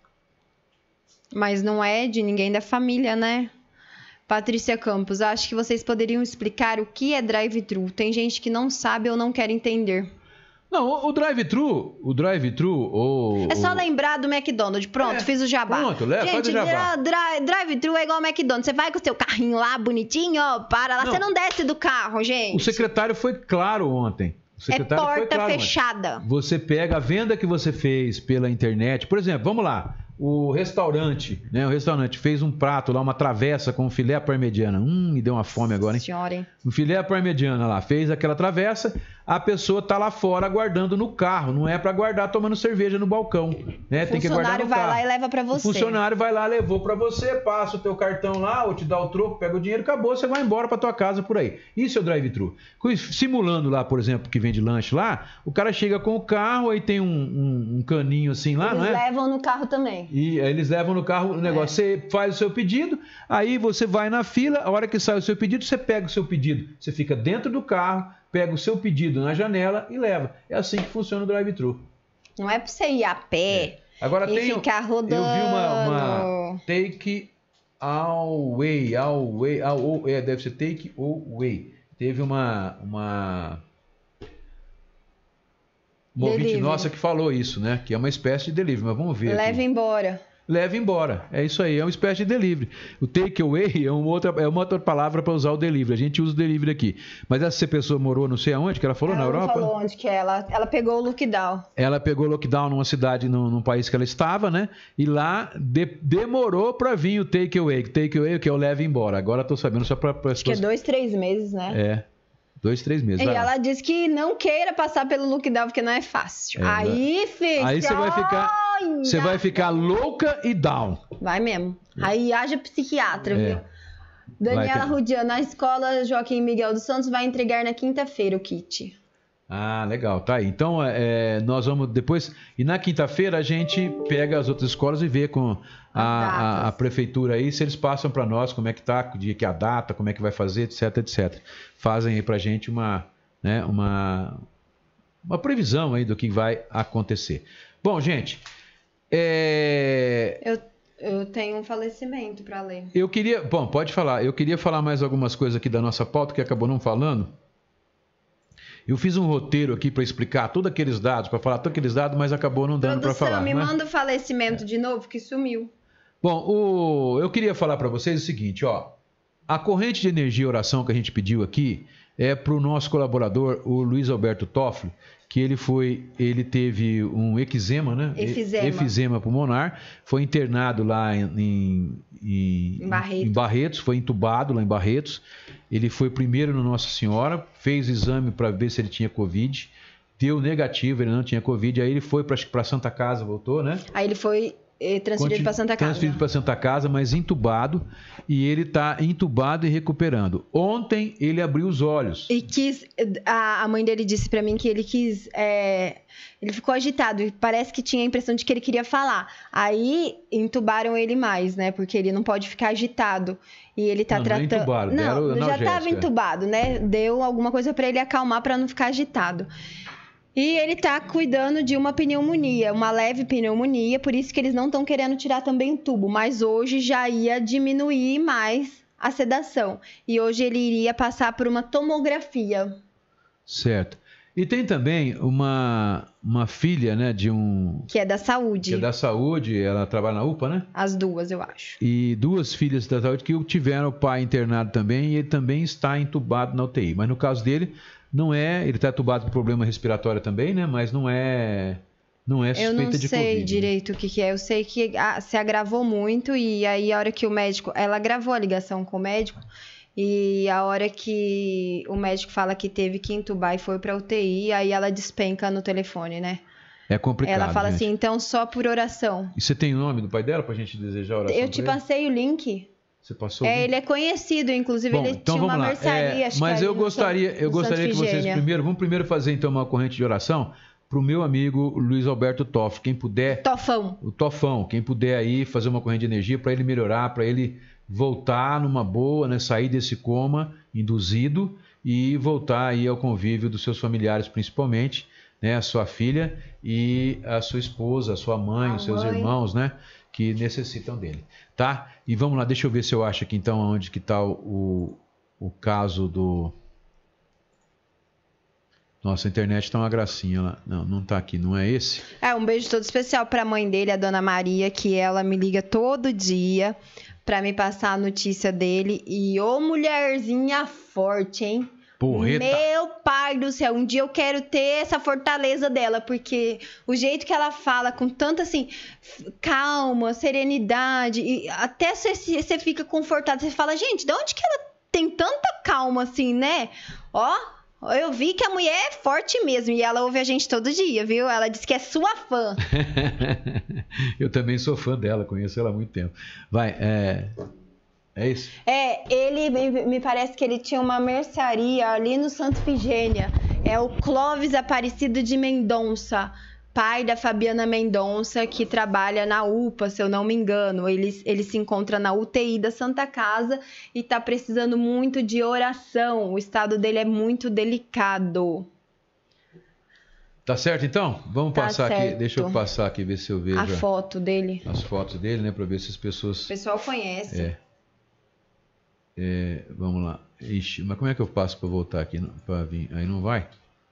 S7: Mas não é de ninguém da família, né? Patrícia Campos, acho que vocês poderiam explicar o que é drive-thru. Tem gente que não sabe ou não quer entender.
S3: Não, o drive-thru, o drive-thru ou...
S7: É só lembrar do McDonald's. Pronto, é, fiz o jabá.
S3: Pronto, leva,
S7: gente,
S3: faz o jabá.
S7: Dri- drive-thru é igual ao McDonald's. Você vai com o seu carrinho lá, bonitinho, ó, para lá. Não. Você não desce do carro, gente.
S3: O secretário foi claro ontem. O secretário
S7: é porta
S3: foi claro
S7: fechada.
S3: Ontem. Você pega a venda que você fez pela internet. Por exemplo, vamos lá. O restaurante, né? O restaurante fez um prato lá, uma travessa com filé à parmegiana. Hum, me deu uma fome agora, hein?
S7: Senhora, hein?
S3: O filé à parmegiana lá, fez aquela travessa, a pessoa tá lá fora guardando no carro, não é para guardar tomando cerveja no balcão, né? Tem que guardar no carro. O funcionário vai lá
S7: e leva para você.
S3: O funcionário vai lá, levou para você, passa o teu cartão lá, ou te dá o troco, pega o dinheiro, acabou, você vai embora para tua casa por aí. Isso é o drive-thru. Simulando lá, por exemplo, que vende lanche lá, o cara chega com o carro, aí tem um, um, um caninho assim lá,
S7: eles
S3: não é?
S7: Eles levam no carro também.
S3: E aí eles levam no carro o negócio. É. Você faz o seu pedido, aí você vai na fila, a hora que sai o seu pedido, você pega o seu pedido. Você fica dentro do carro, pega o seu pedido na janela e leva. É assim que funciona o drive-thru.
S7: Não é pra você ir a pé
S3: é. Agora,
S7: e
S3: tem,
S7: ficar rodando.
S3: Eu vi uma, uma take away, away, away, é, deve ser take away. Teve uma... uma... Uma ouvinte nossa que falou isso, né? Que é uma espécie de delivery, mas vamos ver.
S7: Leva aqui. embora.
S3: Leva embora. É isso aí, é uma espécie de delivery. O take away é uma outra, é uma outra palavra para usar o delivery. A gente usa o delivery aqui. Mas essa pessoa morou não sei aonde, que ela falou,
S7: ela
S3: na Europa?
S7: Ela falou onde que é. Ela, ela pegou o lockdown.
S3: Ela pegou o lockdown numa cidade, num, num país que ela estava, né? E lá de, demorou para vir o take away. Take away é o que eu levo embora. Agora estou sabendo só para pessoas...
S7: Acho que é dois, três meses, né?
S3: É. Dois, três meses.
S7: E ela disse que não queira passar pelo lockdown, porque não é fácil. É, aí, filho.
S3: Aí você vai ficar. Você vai ficar louca e down.
S7: Vai mesmo. É. Aí haja psiquiatra, é. viu? Daniela Rudiano, na escola Joaquim Miguel dos Santos vai entregar na quinta-feira o kit.
S3: Ah, legal, tá aí. Então, é, nós vamos depois... E na quinta-feira a gente pega as outras escolas e vê com a, a, a prefeitura aí se eles passam para nós como é que tá, dia que é a data, como é que vai fazer, etc, etcétera. Fazem aí pra gente uma, né, uma, uma previsão aí do que vai acontecer. Bom, gente... É...
S7: Eu... Eu tenho um falecimento para ler.
S3: Eu queria... Bom, pode falar. Eu queria falar mais algumas coisas aqui da nossa pauta, que acabou não falando. Eu fiz um roteiro aqui para explicar todos aqueles dados, para falar todos aqueles dados, mas acabou não dando para falar.
S7: me
S3: né?
S7: manda o falecimento é. de novo, que sumiu.
S3: Bom, o... eu queria falar para vocês o seguinte, ó. A corrente de energia e oração que a gente pediu aqui é para o nosso colaborador, o Luiz Alberto Toffoli, que ele foi, ele teve um eczema, né?
S7: Efizema.
S3: Efizema pulmonar, foi internado lá em, em, em,
S7: Barretos.
S3: em Barretos, foi entubado lá em Barretos. Ele foi primeiro no Nossa Senhora, fez o exame para ver se ele tinha Covid, deu negativo, ele não tinha Covid, aí ele foi para Santa Casa, voltou, né?
S7: Aí ele foi transferido para Santa Casa.
S3: Transferido para Santa Casa, mas entubado, e ele está entubado e recuperando. Ontem ele abriu os olhos.
S7: E quis, a, a mãe dele disse para mim que ele quis, é, ele ficou agitado e parece que tinha a impressão de que ele queria falar. Aí entubaram ele mais, né? Porque ele não pode ficar agitado. E ele tá
S3: não,
S7: tratando.
S3: Não, é entubado,
S7: não já estava entubado, né? Deu alguma coisa para ele acalmar para não ficar agitado. E ele tá cuidando de uma pneumonia, uma leve pneumonia, por isso que eles não estão querendo tirar também o tubo, mas hoje já ia diminuir mais a sedação. E hoje ele iria passar por uma tomografia.
S3: Certo. E tem também uma, uma filha, né, de um...
S7: Que é da saúde.
S3: Que é da saúde, ela trabalha na U P A, né?
S7: As duas, eu acho.
S3: E duas filhas da saúde que tiveram o pai internado também e ele também está entubado na U T I. Mas no caso dele... Não é, ele está entubado com problema respiratório também, né? Mas não é, não é suspeita de Covid.
S7: Eu não sei direito o que, que é. Eu sei que ah, se agravou muito e aí a hora que o médico... Ela gravou a ligação com o médico e a hora que o médico fala que teve que entubar e foi para U T I, aí ela despenca no telefone, né?
S3: É complicado,
S7: ela fala
S3: gente.
S7: assim, então só por oração.
S3: E você tem o nome do pai dela pra gente desejar oração?
S7: Eu te passei o link.
S3: Você passou?
S7: É, ele é conhecido, inclusive. Bom, ele
S3: então
S7: tinha
S3: vamos
S7: uma
S3: lá.
S7: mercearia,
S3: é,
S7: acho
S3: Mas
S7: que
S3: eu gostaria, eu gostaria que vocês primeiro, vamos primeiro fazer então uma corrente de oração pro meu amigo Luiz Alberto Toff, quem puder.
S7: Tofão.
S3: O Tofão, quem puder aí fazer uma corrente de energia para ele melhorar, para ele voltar numa boa, né, sair desse coma induzido e voltar aí ao convívio dos seus familiares, principalmente, né, a sua filha e a sua esposa, a sua mãe, a os seus mãe. irmãos, né, que necessitam dele, tá? E vamos lá, deixa eu ver se eu acho aqui então onde que tá o, o caso do... Nossa, a internet tá uma gracinha lá. Não, não tá aqui, não é esse?
S7: É, um beijo todo especial pra mãe dele, a dona Maria, que ela me liga todo dia pra me passar a notícia dele. E ô mulherzinha forte, hein?
S3: Porreta.
S7: Meu pai do céu, um dia eu quero ter essa fortaleza dela, porque o jeito que ela fala com tanta assim, calma, serenidade, e até você, você fica confortado, você fala, gente, de onde que ela tem tanta calma assim, né? Ó, eu vi que a mulher é forte mesmo, e ela ouve a gente todo dia, viu? Ela diz que é sua fã.
S3: Eu também sou fã dela, conheço ela há muito tempo. Vai, é... É isso?
S7: É, ele me parece que ele tinha uma mercearia ali no Santa Ifigênia. É o Clóvis Aparecido de Mendonça, pai da Fabiana Mendonça, que trabalha na U P A, se eu não me engano. Ele, ele se encontra na U T I da Santa Casa e tá precisando muito de oração. O estado dele é muito delicado.
S3: Tá certo, então? Vamos
S7: tá
S3: passar
S7: certo.
S3: aqui. Deixa eu passar aqui, ver se eu vejo
S7: a foto dele.
S3: As fotos dele, né? Pra ver se as pessoas...
S7: O pessoal conhece.
S3: É. É, vamos lá. Ixi, mas como é que eu passo para voltar aqui? Pra vir? Aí não vai?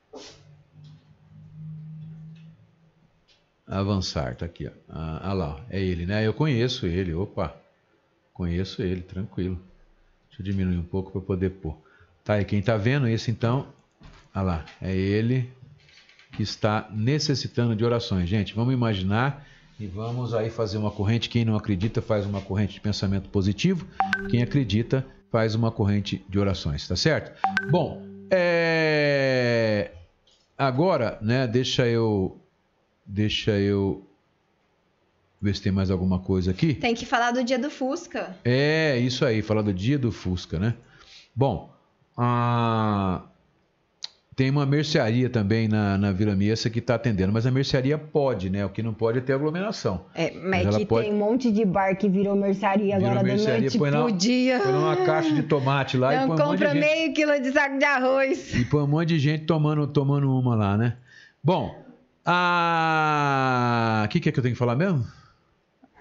S3: Avançar, tá aqui, ó. Ah, ah lá, é ele, né? Eu conheço ele, opa. Conheço ele, tranquilo. Deixa eu diminuir um pouco para poder pôr. Tá aí, quem tá vendo esse então? Ah lá, é ele que está necessitando de orações. Gente, vamos imaginar e vamos aí fazer uma corrente. Quem não acredita faz uma corrente de pensamento positivo. Quem acredita faz uma corrente de orações, tá certo? Bom, é... agora, né, deixa eu... Deixa eu ver se tem mais alguma coisa aqui.
S7: Tem que falar do dia do Fusca.
S3: É, isso aí, falar do dia do Fusca, né? Bom, a... tem uma mercearia também na, na Vila Miessa que está atendendo, mas a mercearia pode, né? O que não pode é ter aglomeração.
S7: É, mas, mas que pode... tem um monte de bar que virou mercearia virou agora mercearia, da noite pro dia.
S3: Põe numa caixa de tomate lá
S7: não
S3: e põe um monte de gente...
S7: compra meio quilo de saco de arroz.
S3: E põe um monte de gente tomando, tomando uma lá, né? Bom, a... o que, que é que eu tenho que falar mesmo?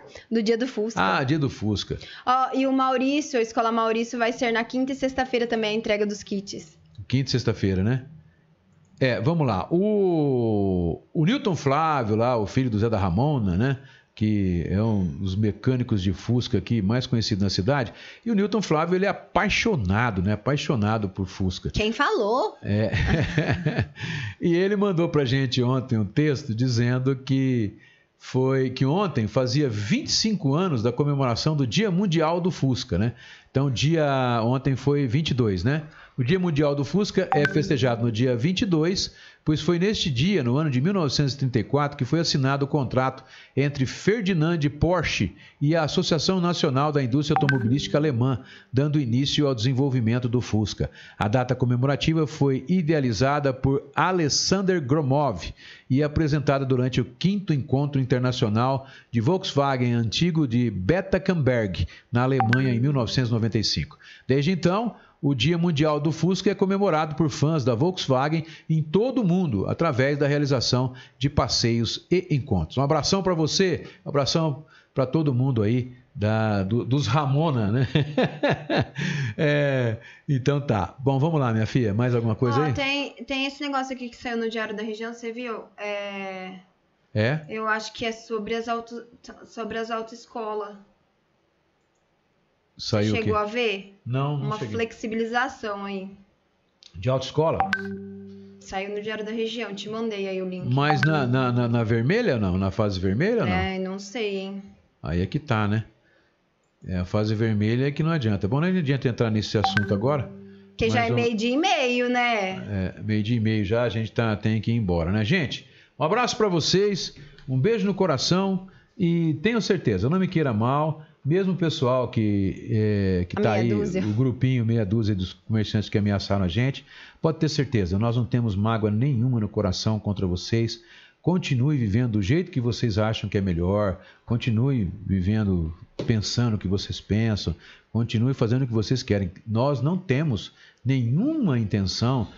S7: Do dia do Fusca.
S3: Ah, dia do Fusca.
S7: Ó, e o Maurício, a Escola Maurício, vai ser na quinta e sexta-feira também a entrega dos kits.
S3: Quinta e sexta-feira, né? É, vamos lá. O, o Newton Flávio, lá, o filho do Zé da Ramona, né? Que é um dos mecânicos de Fusca aqui mais conhecido na cidade. E o Newton Flávio, ele é apaixonado, né? Apaixonado por Fusca.
S7: Quem falou?
S3: É. E ele mandou pra gente ontem um texto dizendo que foi que ontem fazia vinte e cinco anos da comemoração do Dia Mundial do Fusca, né? Então, dia ontem foi vinte e dois, né? O Dia Mundial do Fusca é festejado no dia vinte e dois, pois foi neste dia, no ano de mil novecentos e trinta e quatro, que foi assinado o contrato entre Ferdinand Porsche e a Associação Nacional da Indústria Automobilística Alemã, dando início ao desenvolvimento do Fusca. A data comemorativa foi idealizada por Alexander Gromov e apresentada durante o quinto Encontro Internacional de Volkswagen Antigo de Betakenberg, na Alemanha, em mil novecentos e noventa e cinco. Desde então, o Dia Mundial do Fusca é comemorado por fãs da Volkswagen em todo o mundo, através da realização de passeios e encontros. Um abração para você, um abração para todo mundo aí, da, do, dos Ramona, né? É, então tá. Bom, vamos lá, minha filha. Mais alguma coisa
S7: Ó,
S3: aí?
S7: Tem, tem esse negócio aqui que saiu no Diário da Região, você viu? É...
S3: É?
S7: Eu acho que é sobre as, auto... sobre as autoescolas.
S3: Saiu
S7: Chegou
S3: o quê?
S7: a ver?
S3: Não, não
S7: Uma
S3: cheguei.
S7: flexibilização aí.
S3: De autoescola?
S7: Saiu no Diário da Região, te mandei aí o link.
S3: Mas na, na, na, na vermelha ou não? Na fase vermelha ou não?
S7: É, não sei, hein?
S3: Aí é que tá, né? É a fase vermelha é que não adianta. Bom, não adianta entrar nesse assunto agora.
S7: Porque já é
S3: Mas
S7: meio dia e meio, né?
S3: É, meio dia e meio já, a gente tá, tem que ir embora, né, gente? Um abraço para vocês, um beijo no coração e tenho certeza, não me queira mal, mesmo o pessoal que, é, que tá aí,
S7: dúzia.
S3: o grupinho meia dúzia dos comerciantes que ameaçaram a gente, pode ter certeza, nós não temos mágoa nenhuma no coração contra vocês. Continue vivendo do jeito que vocês acham que é melhor, continue vivendo, pensando o que vocês pensam, continue fazendo o que vocês querem. Nós não temos nenhuma intenção,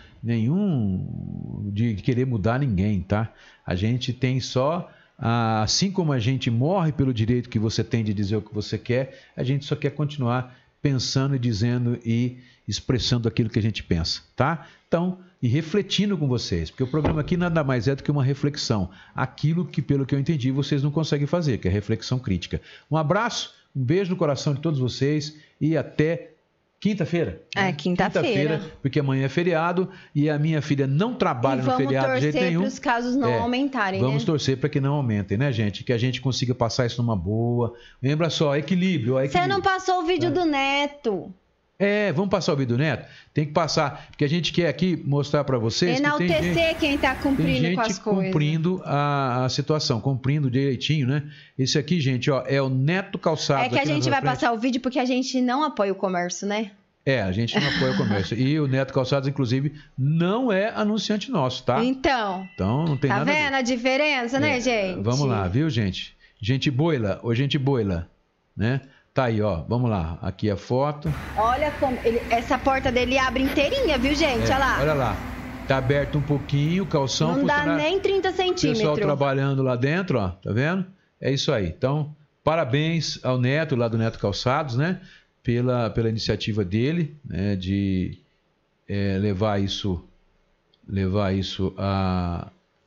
S3: nenhum de querer mudar ninguém, tá? A gente tem só, assim como a gente morre pelo direito que você tem de dizer o que você quer, a gente só quer continuar pensando e dizendo e expressando aquilo que a gente pensa, tá? Então, e refletindo com vocês, porque o programa aqui nada mais é do que uma reflexão. Aquilo que, pelo que eu entendi, vocês não conseguem fazer, que é reflexão crítica. Um abraço, um beijo no coração de todos vocês e até quinta-feira.
S7: É, quinta-feira.
S3: Quinta-feira, porque amanhã é feriado e a minha filha não trabalha no feriado de jeito nenhum.
S7: Vamos torcer para os casos não
S3: É,
S7: aumentarem,
S3: Vamos
S7: né?
S3: torcer para que não aumentem, né, gente? Que a gente consiga passar isso numa boa. Lembra só, equilíbrio. ó,
S7: Você
S3: equilíbrio.
S7: não passou o vídeo do Neto.
S3: É, vamos passar o vídeo do Neto? Tem que passar, porque a gente quer aqui mostrar para vocês que tem
S7: Enaltecer
S3: gente,
S7: quem tá
S3: tem
S7: cumprindo
S3: gente
S7: com as coisas.
S3: cumprindo a, a situação, cumprindo direitinho, né? Esse aqui, gente, ó, é o Neto Calçado.
S7: É que a
S3: aqui na
S7: gente
S3: nossa
S7: vai
S3: frente.
S7: passar o vídeo porque a gente não apoia o comércio, né?
S3: É, a gente não apoia o comércio. E o Neto Calçados, inclusive, não é anunciante nosso, tá?
S7: Então,
S3: Então não tem
S7: tá
S3: nada a ver.
S7: vendo a diferença, né,
S3: É,
S7: gente?
S3: Vamos lá, viu, gente? Gente boila, ou gente boila, né? Tá aí, ó, vamos lá. Aqui a foto.
S7: Olha como ele- essa porta dele abre inteirinha, viu, gente?
S3: É,
S7: olha lá.
S3: Olha lá. Tá aberto um pouquinho, calção.
S7: Não dá
S3: funcionário-
S7: nem trinta
S3: Pessoal
S7: centímetros.
S3: trabalhando lá dentro, ó, tá vendo? É isso aí. Então, parabéns ao Neto, lá do Neto Calçados, né? Pela, pela iniciativa dele, né? De é, levar isso, levar isso a...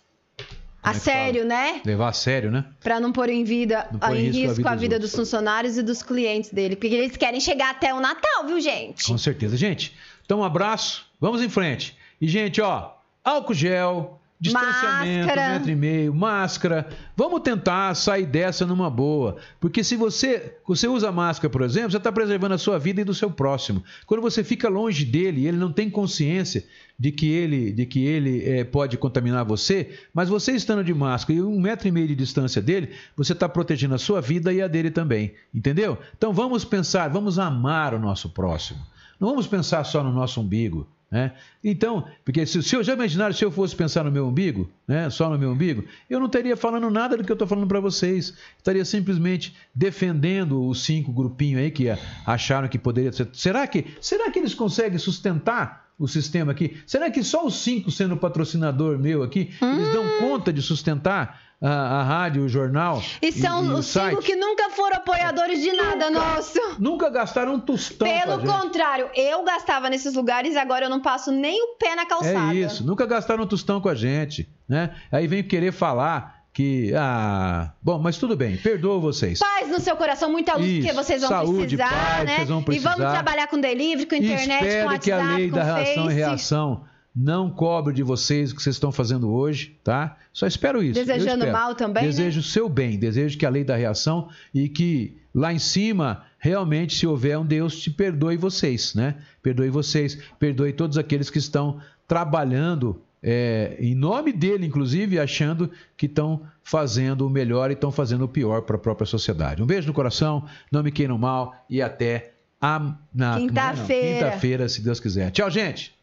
S7: A
S3: como é que
S7: sério,
S3: fala?
S7: né?
S3: Levar a sério, né?
S7: Pra não pôr em, vida,
S3: Não pôr
S7: em risco, a vida,
S3: dos
S7: dos funcionários e dos clientes dele. Porque eles querem chegar até o Natal, viu, gente?
S3: Com certeza. Gente, então um abraço, vamos em frente. E, gente, ó, álcool gel, distanciamento,
S7: Máscara.
S3: um metro e meio, máscara. Vamos tentar sair dessa numa boa. Porque se você, você usa máscara, por exemplo, você está preservando a sua vida e do seu próximo. Quando você fica longe dele, ele não tem consciência de que ele, de que ele é, pode contaminar você, mas você estando de máscara e um metro e meio de distância dele, você está protegendo a sua vida e a dele também. Entendeu? Então vamos pensar, vamos amar o nosso próximo. Não vamos pensar só no nosso umbigo. Né? Então, porque se, se eu já imaginaram se eu fosse pensar no meu umbigo, né, só no meu umbigo, eu não estaria falando nada do que eu estou falando para vocês. Estaria simplesmente defendendo os cinco grupinhos aí que acharam que poderia ser. Será que, será que eles conseguem sustentar o sistema aqui. Será que só os cinco sendo patrocinador meu aqui, hum. eles dão conta de sustentar a, a rádio, o jornal
S7: e são
S3: e, e
S7: os cinco
S3: site?
S7: Que nunca foram apoiadores de nada,
S3: nunca,
S7: nosso.
S3: Nunca gastaram um tostão.
S7: Pelo contrário, eu gastava nesses lugares e agora eu não passo nem o pé na calçada.
S3: É isso, nunca gastaram um tostão com a gente, né? Aí vem querer falar que, ah, bom, mas tudo bem, perdoo vocês.
S7: Paz no seu coração, muita luz,
S3: Isso,
S7: porque vocês vão
S3: saúde,
S7: precisar,
S3: paz,
S7: né?
S3: vocês vão precisar.
S7: E vamos trabalhar com delivery, com internet,
S3: Espero
S7: com WhatsApp,
S3: que a lei
S7: com
S3: da reação
S7: Face.
S3: e reação não cobre de vocês o que vocês estão fazendo hoje, tá? Só espero isso.
S7: Desejando mal também,
S3: Desejo o
S7: né?
S3: seu bem, desejo que a lei da reação e que lá em cima, realmente, se houver um Deus, te perdoe vocês, né? Perdoe vocês, perdoe todos aqueles que estão trabalhando é, em nome dele, inclusive, achando que estão fazendo o melhor e estão fazendo o pior para a própria sociedade. Um beijo no coração, não me queiram mal e até a, na
S7: quinta-feira.
S3: Quinta-feira, se Deus quiser. Tchau, gente!